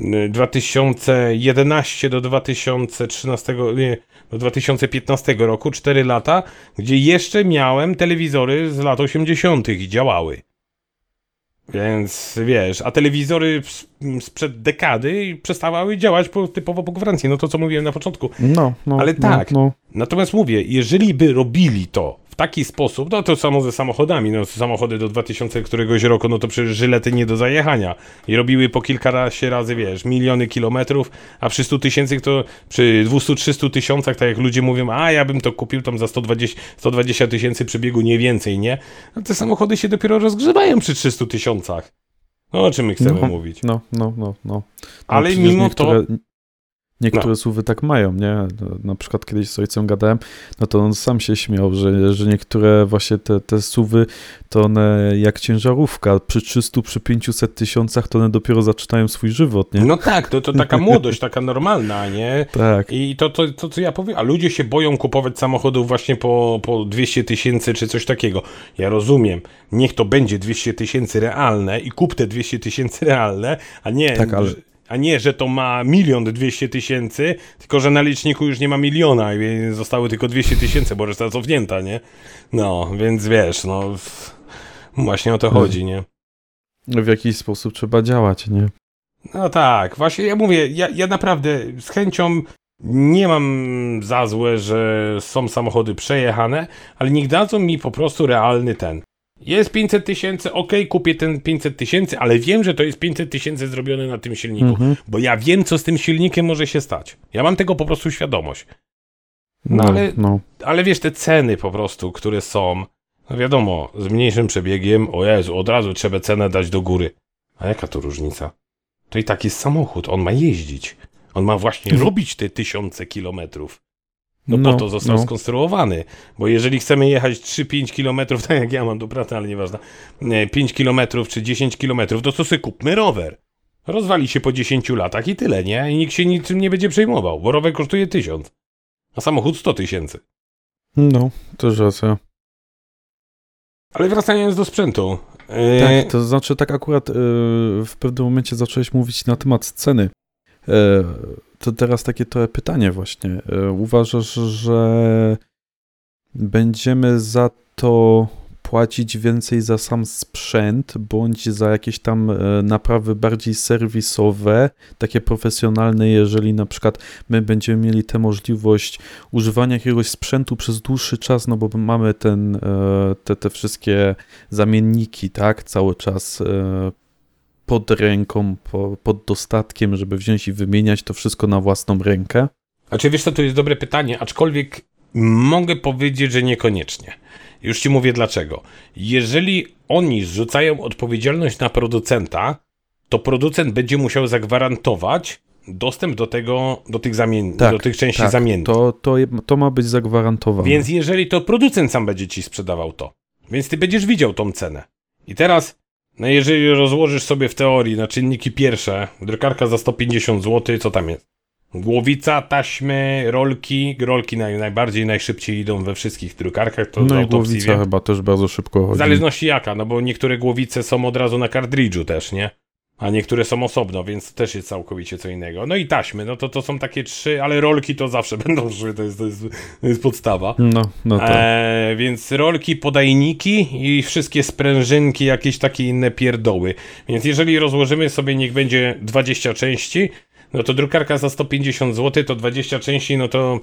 2011 do 2013, nie, do 2015 roku, 4 lata, gdzie jeszcze miałem telewizory z lat 80. i działały. Więc wiesz, a telewizory sprzed dekady przestawały działać typowo po gwarancji, no to co mówiłem na początku. Ale tak, natomiast mówię, jeżeli by robili to w taki sposób, no to samo ze samochodami, no samochody do 2000 któregoś roku, no to przecież żylety nie do zajechania i robiły po kilkanaście razy, wiesz, miliony kilometrów, a przy 100 tysięcy to przy 200-300 tysiącach, tak jak ludzie mówią, a ja bym to kupił tam za 120 tysięcy przebiegu, nie więcej, nie? No te samochody się dopiero rozgrzewają przy 300 tysiącach. No o czym my chcemy mówić? No. Ale mimo to... Niektóre SUV-y tak mają, nie? Na przykład kiedyś z ojcem gadałem, no to on sam się śmiał, że niektóre właśnie te SUV-y, to one jak ciężarówka, przy 300, przy 500 tysiącach, to one dopiero zaczynają swój żywot, nie? No tak, to taka młodość, taka normalna, nie? Tak. I to co ja powiem, a ludzie się boją kupować samochodów właśnie po 200 tysięcy czy coś takiego. Ja rozumiem, niech to będzie 200 tysięcy realne i kup te 200 tysięcy realne, a nie... Tak, ale... A nie, że to ma 1 200 000, tylko że na liczniku już nie ma 1 000 000 i zostały tylko 200 000, bo reszta cofnięta, nie? No, więc wiesz, no właśnie o to chodzi, nie? W jakiś sposób trzeba działać, nie? No tak, właśnie ja mówię, ja naprawdę z chęcią nie mam za złe, że są samochody przejechane, ale niech dadzą mi po prostu realny ten. Jest 500 tysięcy, okej, kupię ten 500 tysięcy, ale wiem, że to jest 500 tysięcy zrobione na tym silniku, bo ja wiem, co z tym silnikiem może się stać. Ja mam tego po prostu świadomość. Ale wiesz, te ceny po prostu, które są, no wiadomo, z mniejszym przebiegiem, o Jezu, od razu trzeba cenę dać do góry. A jaka to różnica? To i tak jest samochód, on ma jeździć. On ma właśnie robić te 1000 kilometrów. No po to został skonstruowany, bo jeżeli chcemy jechać 3-5 kilometrów, tak jak ja mam do pracy, ale nieważne, 5 kilometrów czy 10 kilometrów, to sobie kupmy rower. Rozwali się po 10 latach i tyle, nie? I nikt się niczym nie będzie przejmował, bo rower kosztuje 1000, a samochód 100 tysięcy. No, to racja. Ale wracając do sprzętu. Tak, to znaczy tak akurat w pewnym momencie zacząłeś mówić na temat ceny. To teraz takie trochę pytanie właśnie. Uważasz, że będziemy za to płacić więcej za sam sprzęt, bądź za jakieś tam naprawy bardziej serwisowe, takie profesjonalne, jeżeli na przykład my będziemy mieli tę możliwość używania jakiegoś sprzętu przez dłuższy czas, no bo mamy te wszystkie zamienniki, tak, cały czas pod ręką, pod dostatkiem, żeby wziąć i wymieniać to wszystko na własną rękę? Znaczy, wiesz co, to jest dobre pytanie, aczkolwiek mogę powiedzieć, że niekoniecznie. Już ci mówię dlaczego. Jeżeli oni zrzucają odpowiedzialność na producenta, to producent będzie musiał zagwarantować dostęp do tych części zamiennych. To ma być zagwarantowane. Więc jeżeli to producent sam będzie ci sprzedawał to, więc ty będziesz widział tą cenę. I teraz, no jeżeli rozłożysz sobie w teorii na czynniki pierwsze, drukarka za 150 zł, co tam jest? Głowica, taśmy, rolki najbardziej, najszybciej idą we wszystkich drukarkach. To no i głowica chyba też bardzo szybko chodzi. W zależności jaka, no bo niektóre głowice są od razu na kartridżu też, nie? A niektóre są osobno, więc to też jest całkowicie co innego. No i taśmy, no to są takie 3, ale rolki to zawsze będą szły, to jest podstawa. No tak. Więc rolki, podajniki i wszystkie sprężynki, jakieś takie inne pierdoły. Więc jeżeli rozłożymy sobie, niech będzie 20 części, no to drukarka za 150 zł, to 20 części, no to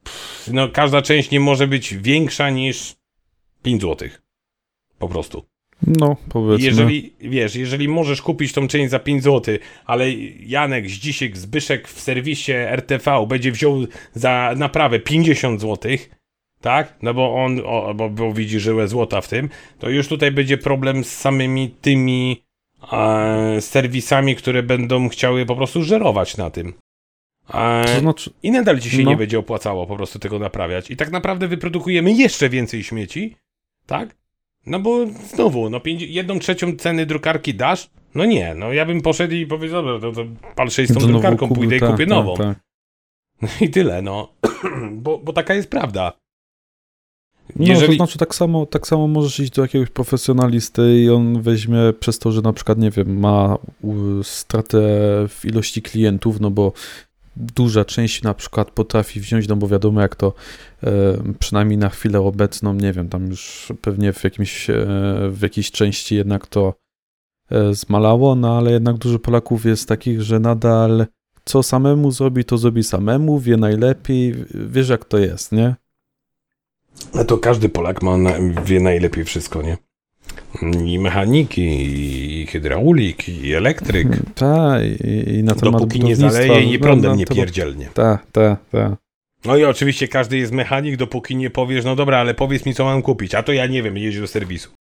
każda część nie może być większa niż 5 zł. Po prostu. No, powiedzmy. Jeżeli możesz kupić tą część za 5 zł, ale Janek, Zdzisiek, Zbyszek w serwisie RTV będzie wziął za naprawę 50 zł, tak? No bo bo widzi żyłę złota w tym, to już tutaj będzie problem z samymi tymi serwisami, które będą chciały po prostu żerować na tym. To znaczy, I nadal ci się nie będzie opłacało po prostu tego naprawiać. I tak naprawdę wyprodukujemy jeszcze więcej śmieci, tak? No bo znowu, no 1/3 ceny drukarki dasz? No nie, no ja bym poszedł i powiedział, dobra, to palszę z tą drukarką, pójdę i kupię nową. No i tyle, no. bo taka jest prawda. No, to znaczy tak samo możesz iść do jakiegoś profesjonalisty i on weźmie przez to, że na przykład, nie wiem, ma stratę w ilości klientów, no bo duża część na przykład potrafi wziąć, no bo wiadomo jak to przynajmniej na chwilę obecną, nie wiem, tam już pewnie w jakiejś części jednak to zmalało, no ale jednak dużo Polaków jest takich, że nadal co samemu zrobi, to zrobi samemu, wie najlepiej, wiesz jak to jest, nie? No to każdy Polak wie najlepiej wszystko, nie? I mechaniki, i hydraulik, i elektryk. Tak, i na temat dopóki nie zaleje i nie prądem nie pierdzielnie. Tak. No i oczywiście każdy jest mechanik, dopóki nie powiesz, no dobra, ale powiedz mi, co mam kupić. A to ja nie wiem, jedź do serwisu.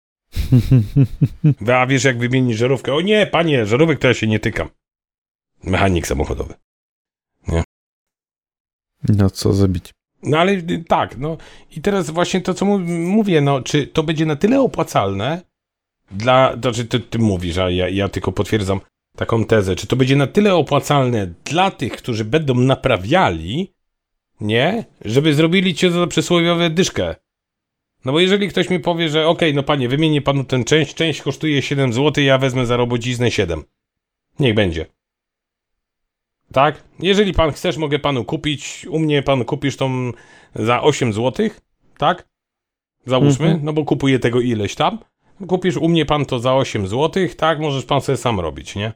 A wiesz, jak wymienić żarówkę? O nie, panie, żarówek to ja się nie tykam. Mechanik samochodowy. Nie? No co zrobić? No ale tak, no i teraz właśnie to, co mówię, no czy to będzie na tyle opłacalne znaczy ty mówisz, a ja tylko potwierdzam taką tezę, czy to będzie na tyle opłacalne dla tych, którzy będą naprawiali, nie? Żeby zrobili cię za przysłowiowe dyszkę. No bo jeżeli ktoś mi powie, że okej, no panie, wymienię panu tę część kosztuje 7 zł, ja wezmę za robociznę 7. Niech będzie. Tak? Jeżeli pan chcesz, mogę panu kupić. U mnie pan kupisz tą za 8 zł, tak? Załóżmy, no bo kupuję tego ileś tam. Kupisz u mnie pan to za 8 zł, tak? Możesz pan sobie sam robić, nie?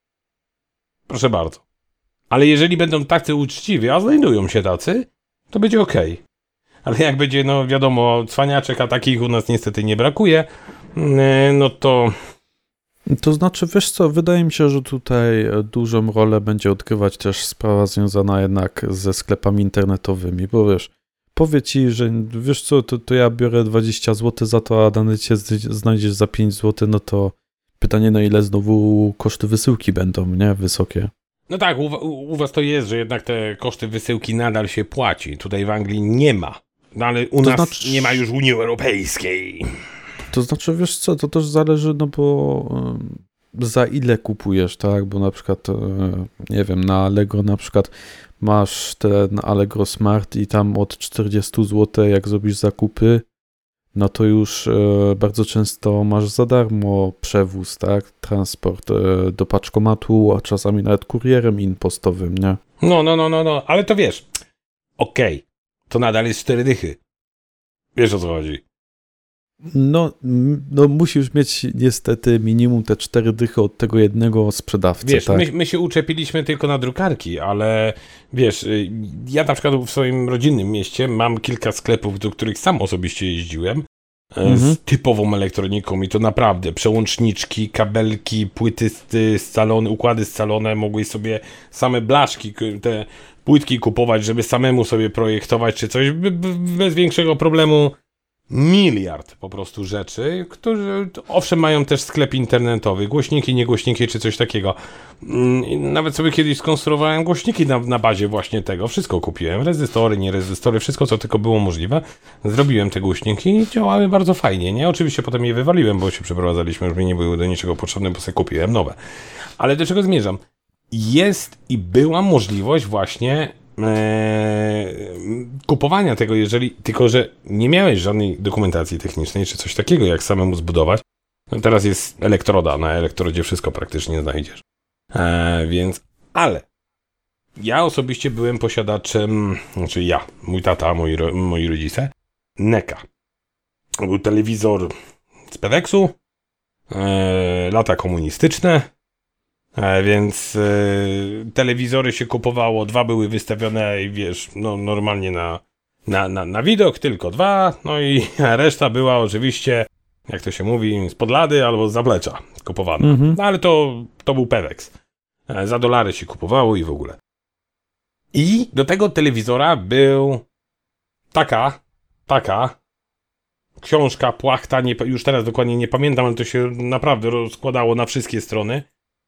Proszę bardzo. Ale jeżeli będą tacy uczciwi, a znajdują się tacy, to będzie okej. Ale jak będzie, no wiadomo, cwaniaczek, a takich u nas niestety nie brakuje, no to... To znaczy, wiesz co, wydaje mi się, że tutaj dużą rolę będzie odgrywać też sprawa związana jednak ze sklepami internetowymi, bo wiesz, powie ci, że wiesz co, to ja biorę 20 zł za to, a dane cię znajdziesz za 5 zł, no to pytanie, na ile znowu koszty wysyłki będą, nie? Wysokie. No tak, u was to jest, że jednak te koszty wysyłki nadal się płaci. Tutaj w Anglii nie ma. No ale u nas nie ma już Unii Europejskiej. To znaczy, wiesz co, to też zależy, no bo za ile kupujesz, tak? Bo na przykład, nie wiem, na Allegro na przykład masz ten Allegro Smart i tam od 40 zł, jak zrobisz zakupy, no to już bardzo często masz za darmo przewóz, tak? Transport do paczkomatu, a czasami nawet kurierem in-postowym, nie? No, ale to wiesz, okej, to nadal jest 4 dychy. Wiesz, o co chodzi. No musisz mieć niestety minimum te 4 dychy od tego jednego sprzedawcy. Wiesz, tak? my się uczepiliśmy tylko na drukarki, ale wiesz, ja na przykład w swoim rodzinnym mieście mam kilka sklepów, do których sam osobiście jeździłem z typową elektroniką i to naprawdę przełączniczki, kabelki, płyty scalone, układy scalone, mogłeś sobie same blaszki, te płytki kupować, żeby samemu sobie projektować czy coś bez większego problemu. Miliard po prostu rzeczy, które owszem mają też sklep internetowy, głośniki, niegłośniki czy coś takiego. Nawet sobie kiedyś skonstruowałem głośniki na bazie właśnie tego. Wszystko kupiłem, rezystory, nie rezystory, wszystko co tylko było możliwe. Zrobiłem te głośniki i działały bardzo fajnie, nie? Oczywiście potem je wywaliłem, bo się przeprowadzaliśmy, już mi nie były do niczego potrzebne, bo sobie kupiłem nowe. Ale do czego zmierzam? Jest i była możliwość właśnie kupowania tego, tylko że nie miałeś żadnej dokumentacji technicznej, czy coś takiego, jak samemu zbudować. No teraz jest elektroda, na elektrodzie wszystko praktycznie znajdziesz. Więc, ale ja osobiście byłem posiadaczem, znaczy ja, mój tata, moi rodzice, NECA. Był telewizor z Peweksu, lata komunistyczne, więc telewizory się kupowało, 2 były wystawione i wiesz, no normalnie na widok, tylko 2, no i reszta była oczywiście jak to się mówi, spod lady albo z zaplecza kupowana. No ale to był Pewex. Za dolary się kupowało i w ogóle. I do tego telewizora był taka książka, płachta, już teraz dokładnie nie pamiętam, ale to się naprawdę rozkładało na wszystkie strony.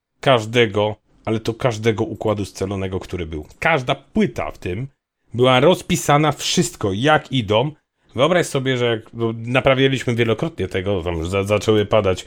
Każdego układu scalonego, który był. Każda płyta w tym była rozpisana, wszystko, jak idą. Wyobraź sobie, że jak naprawialiśmy wielokrotnie tego, tam zaczęły padać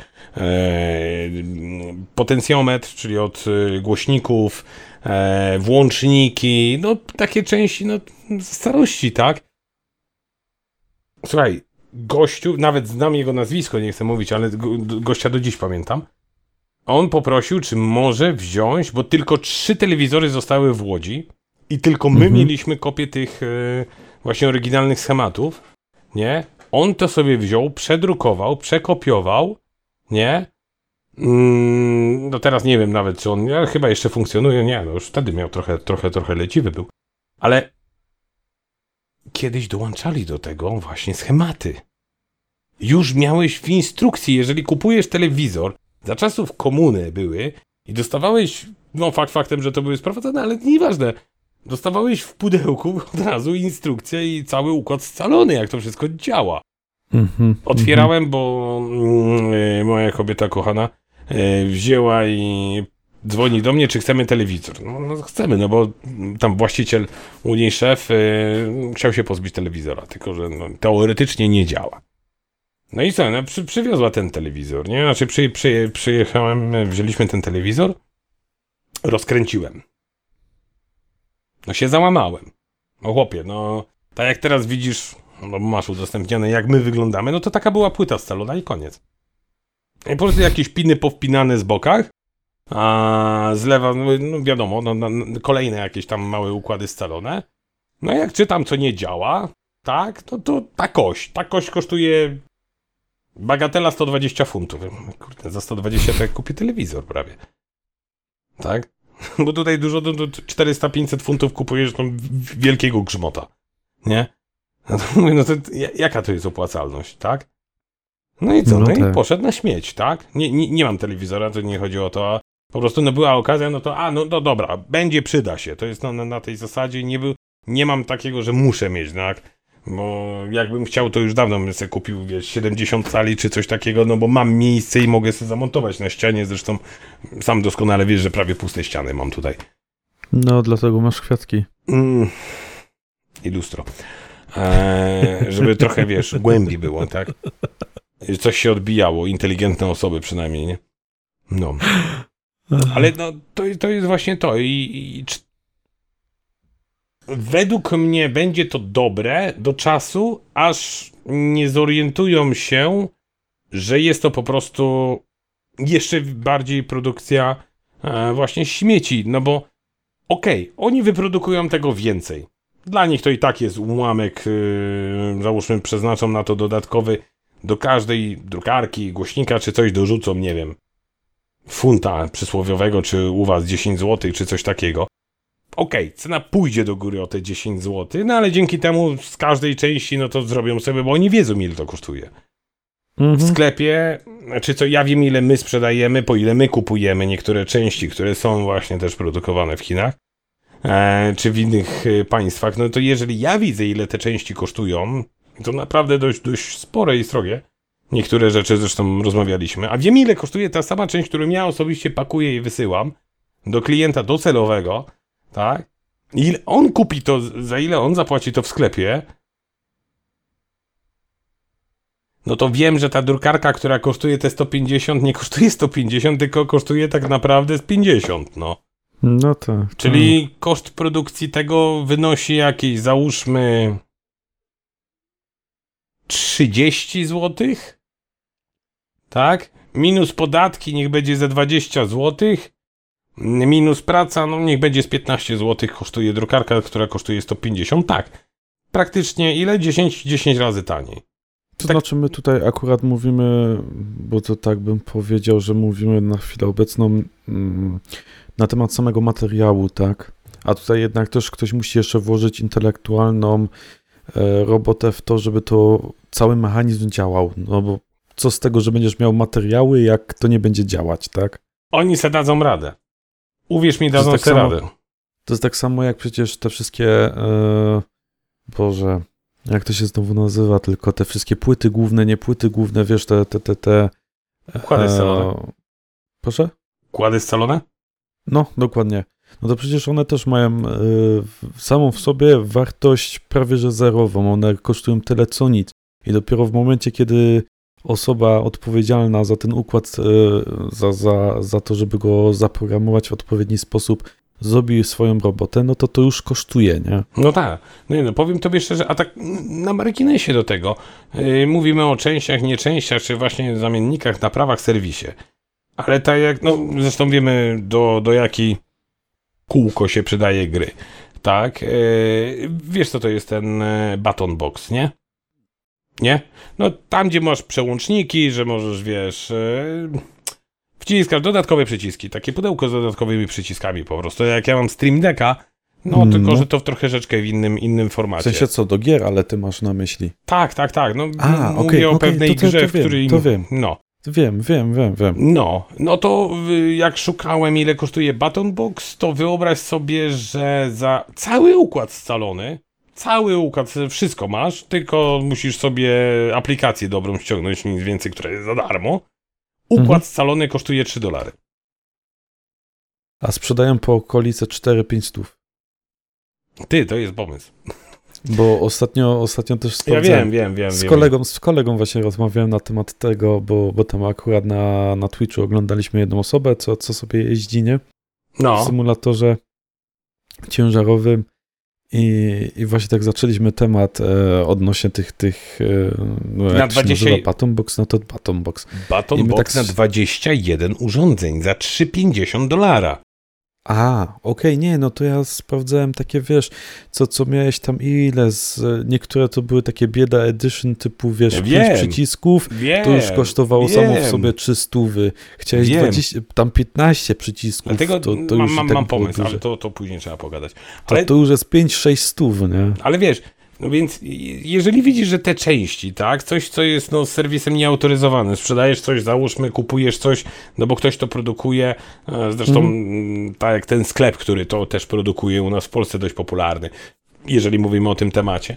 potencjometr, czyli od głośników, włączniki, no takie części, no z starości, tak? Słuchaj, gościu, nawet znam jego nazwisko, nie chcę mówić, ale gościa do dziś pamiętam. On poprosił, czy może wziąć, bo tylko 3 telewizory zostały w Łodzi i tylko my mieliśmy kopię tych właśnie oryginalnych schematów, nie? On to sobie wziął, przedrukował, przekopiował, nie? No teraz nie wiem nawet, czy on chyba jeszcze funkcjonuje, nie, no już wtedy miał trochę leciwy był. Ale kiedyś dołączali do tego właśnie schematy. Już miałeś w instrukcji, jeżeli kupujesz telewizor, za czasów komuny były i dostawałeś, no faktem, że to były sprowadzane, ale nieważne, dostawałeś w pudełku od razu instrukcję i cały układ scalony, jak to wszystko działa. Otwierałem, bo moja kobieta kochana wzięła i dzwoni do mnie, czy chcemy telewizor. No chcemy, no bo tam właściciel, u niej szef chciał się pozbyć telewizora, tylko że no, teoretycznie nie działa. No i co, no, przywiozła ten telewizor, nie? Znaczy przyjechałem, wzięliśmy ten telewizor, rozkręciłem. No się załamałem. No chłopie, no tak jak teraz widzisz, no masz udostępnione jak my wyglądamy, no to taka była płyta scalona i koniec. I po prostu jakieś piny powpinane z bokach, a z lewa, no wiadomo, kolejne jakieś tam małe układy scalone. No jak czytam, co nie działa, tak, to ta kość kosztuje bagatela 120 funtów. Kurde, za 120 to jak kupię telewizor prawie. Tak? Bo tutaj dużo, 400-500 funtów kupujesz tam wielkiego grzmota. Nie? No to mówię, no to jaka to jest opłacalność, tak? No i co? No i poszedł na śmieć, tak? Nie mam telewizora, to nie chodzi o to, a po prostu no była okazja, no to no dobra, przyda się. To jest na tej zasadzie, nie mam takiego, że muszę mieć, tak? Bo jakbym chciał, to już dawno bym sobie kupił, wiesz, 70 cali czy coś takiego, no bo mam miejsce i mogę sobie zamontować na ścianie, zresztą sam doskonale wiesz, że prawie puste ściany mam tutaj. No, dlatego masz kwiatki. I lustro. Żeby trochę, wiesz, głębi było, tak? Coś się odbijało, inteligentne osoby przynajmniej, nie? No. Ale no, to jest właśnie to i według mnie będzie to dobre do czasu, aż nie zorientują się, że jest to po prostu jeszcze bardziej produkcja właśnie śmieci, no bo oni wyprodukują tego więcej. Dla nich to i tak jest ułamek, załóżmy przeznaczą na to dodatkowy, do każdej drukarki, głośnika czy coś dorzucą, nie wiem, funta przysłowiowego, czy u was 10 zł, czy coś takiego. Cena pójdzie do góry o te 10 zł, no ale dzięki temu z każdej części no to zrobią sobie, bo oni wiedzą, ile to kosztuje. W sklepie, czy co, ja wiem, ile my sprzedajemy, po ile my kupujemy niektóre części, które są właśnie też produkowane w Chinach, czy w innych państwach, no to jeżeli ja widzę, ile te części kosztują, to naprawdę dość spore i srogie. Niektóre rzeczy zresztą rozmawialiśmy, a wiem, ile kosztuje ta sama część, którą ja osobiście pakuję i wysyłam do klienta docelowego, tak? Ile on kupi to, za ile on zapłaci to w sklepie, no to wiem, że ta drukarka, która kosztuje te 150, nie kosztuje 150, tylko kosztuje tak naprawdę z 50, no. No tak. Czyli koszt produkcji tego wynosi jakieś, załóżmy, 30 zł, tak? Minus podatki, niech będzie ze 20 zł, minus praca, no niech będzie z 15 zł kosztuje drukarka, która kosztuje 150, tak. Praktycznie ile? 10 razy taniej. To znaczy my tutaj akurat mówimy, bo to tak bym powiedział, że mówimy na chwilę obecną na temat samego materiału, tak? A tutaj jednak też ktoś musi jeszcze włożyć intelektualną robotę w to, żeby to cały mechanizm działał, no bo co z tego, że będziesz miał materiały, jak to nie będzie działać, tak? Oni se dadzą radę. Uwierz mi, dadzą tak sobie samo- radę. To jest tak samo jak przecież te wszystkie, Boże, jak to się znowu nazywa, tylko te wszystkie płyty główne, nie płyty główne, wiesz, te Układy scalone. Proszę? Układy scalone? No, dokładnie. No to przecież one też mają samą w sobie wartość prawie że zerową. One kosztują tyle co nic. I dopiero w momencie, kiedy osoba odpowiedzialna za ten układ, za to, żeby go zaprogramować w odpowiedni sposób, zrobi swoją robotę, no to już kosztuje, nie? No tak. No, powiem tobie szczerze, a tak na marginesie do tego. Mówimy o częściach, nieczęściach, czy właśnie zamiennikach, naprawach, serwisie. Ale tak jak, no zresztą wiemy do jakiej kółko się przydaje gry. Tak? Wiesz co to jest ten button box, nie? Nie? No tam, gdzie masz przełączniki, że możesz, wiesz, wciskasz dodatkowe przyciski, takie pudełko z dodatkowymi przyciskami po prostu. Jak ja mam Stream Decka, no tylko, że to w troszeczkę w innym W formacie. sensie co, do gier, ale ty masz na myśli. Tak. No, mówię okej, o pewnej grze, to w której... to wiem. No. Wiem. No to jak szukałem, ile kosztuje Button Box, to wyobraź sobie, że za cały układ scalony, wszystko masz, tylko musisz sobie aplikację dobrą ściągnąć, nic więcej, która jest za darmo. Układ scalony kosztuje $3. A sprzedają po okolice 4-5 stów. Ty, to jest pomysł. Bo ostatnio też Ja sprawdzałem. wiem. Z kolegą właśnie rozmawiałem na temat tego, bo tam akurat na Twitchu oglądaliśmy jedną osobę, co sobie jeździ, nie? W No, symulatorze ciężarowym i właśnie tak zaczęliśmy temat odnośnie tych no Na jak 20 się nazywa Button Box, no to Button Box. Button Box na 21 urządzeń za $3,50. Okej, nie, no to ja sprawdzałem takie, wiesz, co miałeś tam niektóre to były takie bieda edition typu, wiesz, 5 przycisków, to już kosztowało samo w sobie 300. Chciałeś 20, tam 15 przycisków, Dlatego to już mam pomysł, ale to później trzeba pogadać. To już jest 5-6 stów, nie? Ale wiesz, no więc jeżeli widzisz, że te części, tak, coś co jest z serwisem nieautoryzowanym, sprzedajesz coś, załóżmy, kupujesz coś, no bo ktoś to produkuje, zresztą tak jak ten sklep, który to też produkuje u nas w Polsce dość popularny, jeżeli mówimy o tym temacie.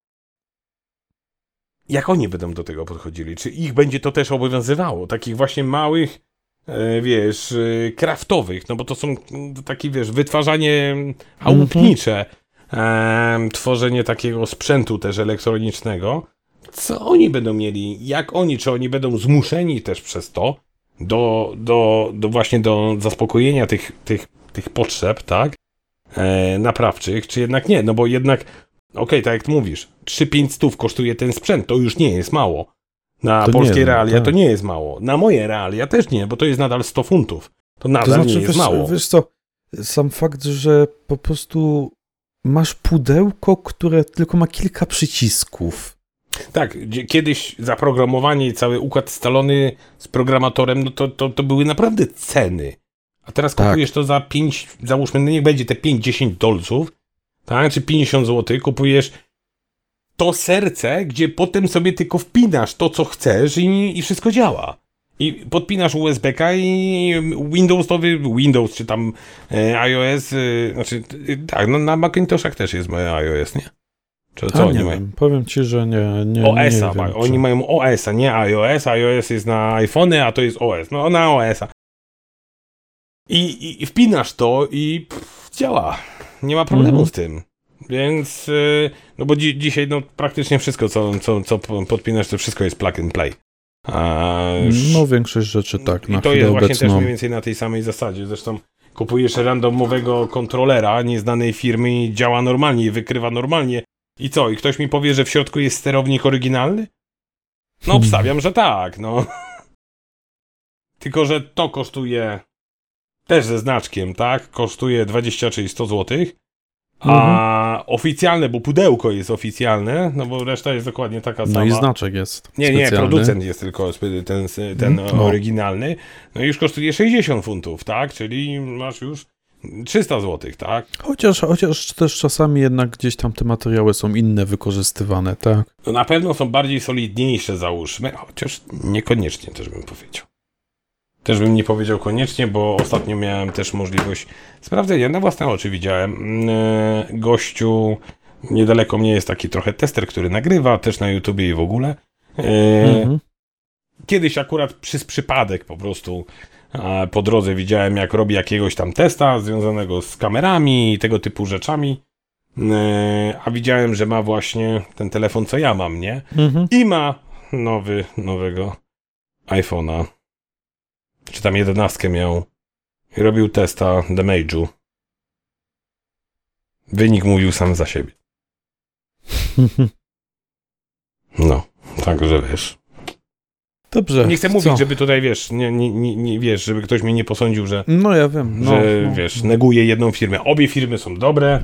Jak oni będą do tego podchodzili? Czy ich będzie to też obowiązywało? Takich właśnie małych, wiesz, craftowych, no bo to są takie, wiesz, wytwarzanie chałupnicze, tworzenie takiego sprzętu też elektronicznego. Co oni będą mieli? Czy oni będą zmuszeni też przez to właśnie do zaspokojenia tych potrzeb, tak? Naprawczych, czy jednak nie? No bo jednak, okej, tak jak mówisz, 3-5 stów kosztuje ten sprzęt, to już nie jest mało. Na To polskie nie, realia tak. to nie jest mało. Na moje realia też nie, bo to jest nadal 100 funtów. To nadal nie jest mało. Wiesz co, sam fakt, że po prostu masz pudełko, które tylko ma kilka przycisków. Tak, kiedyś zaprogramowanie i cały układ scalony z programatorem, no to były naprawdę ceny. A teraz kupujesz to za 5, załóżmy, no niech będzie te $5-10, tak, czy 50 zł, kupujesz to serce, gdzie potem sobie tylko wpinasz to, co chcesz i wszystko działa. I podpinasz USB-ka i Windows, czy tam iOS, tak, no na Macintoshach też jest iOS, nie? Czy co oni nie mają? wiem, powiem ci, że nie OS-a, wiem, oni mają OS-a, nie iOS. iOS jest na iPhony, a to jest OS. No na OS-a. I wpinasz to i działa. Nie ma problemu z tym. Więc, no bo dzisiaj no praktycznie wszystko, co podpinasz, to wszystko jest plug and play. No większość rzeczy tak, na I to jest właśnie obecną. też mniej więcej na tej samej zasadzie. Zresztą kupujesz randomowego kontrolera nieznanej firmy i działa normalnie i wykrywa normalnie. I co? I ktoś mi powie, że w środku jest sterownik oryginalny? No obstawiam, że tak, no. Tylko, że to kosztuje też ze znaczkiem, tak? Kosztuje 20 czy 100 zł. A oficjalne, bo pudełko jest oficjalne, no bo reszta jest dokładnie taka sama. No i znaczek jest Nie, specjalny. producent jest tylko ten oryginalny. No i już kosztuje 60 funtów, tak? Czyli masz już 300 zł, tak? Chociaż też czasami jednak gdzieś tam te materiały są inne wykorzystywane, tak? No na pewno są bardziej solidniejsze, załóżmy, chociaż niekoniecznie też bym powiedział. Też bym nie powiedział koniecznie, bo ostatnio miałem też możliwość sprawdzenia. Na własne oczy widziałem. Gościu niedaleko mnie jest taki trochę tester, który nagrywa też na YouTubie i w ogóle. Kiedyś akurat przez przypadek po prostu po drodze widziałem, jak robi jakiegoś tam testa związanego z kamerami i tego typu rzeczami. A widziałem, że ma właśnie ten telefon, co ja mam, nie? I ma nowego iPhone'a. Czy tam 11 miał. I robił testa damage'u. Wynik mówił sam za siebie. No, także wiesz. Dobrze. Nie chcę mówić, żeby tutaj, wiesz, nie wiesz, żeby ktoś mnie nie posądził, że, No ja wiem. że wiesz, neguję jedną firmę. Obie firmy są dobre.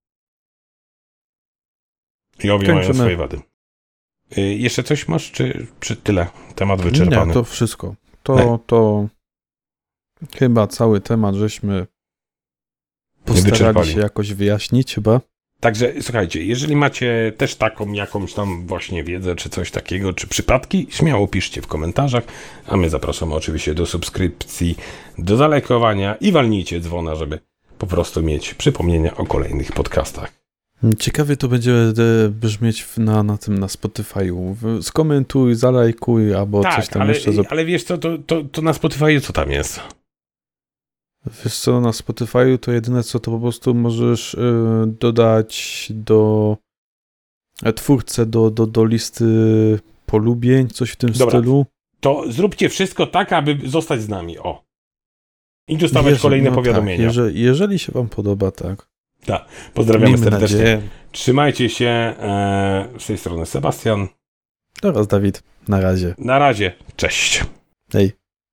I obie mają swoje wady. Jeszcze coś masz, czy tyle? Temat wyczerpany? Nie, to wszystko. To chyba cały temat żeśmy postarali się jakoś wyjaśnić chyba. Także słuchajcie, jeżeli macie też taką jakąś tam właśnie wiedzę, czy coś takiego, czy przypadki, śmiało piszcie w komentarzach, a my zapraszamy oczywiście do subskrypcji, do zalajkowania i walnijcie dzwona, żeby po prostu mieć przypomnienia o kolejnych podcastach. Ciekawie to będzie brzmieć na Spotify'u. Skomentuj, zalajkuj, albo tak, coś tam jeszcze. Ale wiesz co, to na Spotify'u co tam jest? Wiesz co, na Spotify'u to jedyne co to po prostu możesz dodać do twórcę do listy polubień, coś w tym stylu. To zróbcie wszystko tak, aby zostać z nami, o. I dostawać kolejne powiadomienia. Tak, jeżeli się wam podoba, tak. Tak, pozdrawiamy serdecznie. Nadzieję. Trzymajcie się, z tej strony Sebastian. Oraz Dawid, na razie. Na razie, cześć. Hej.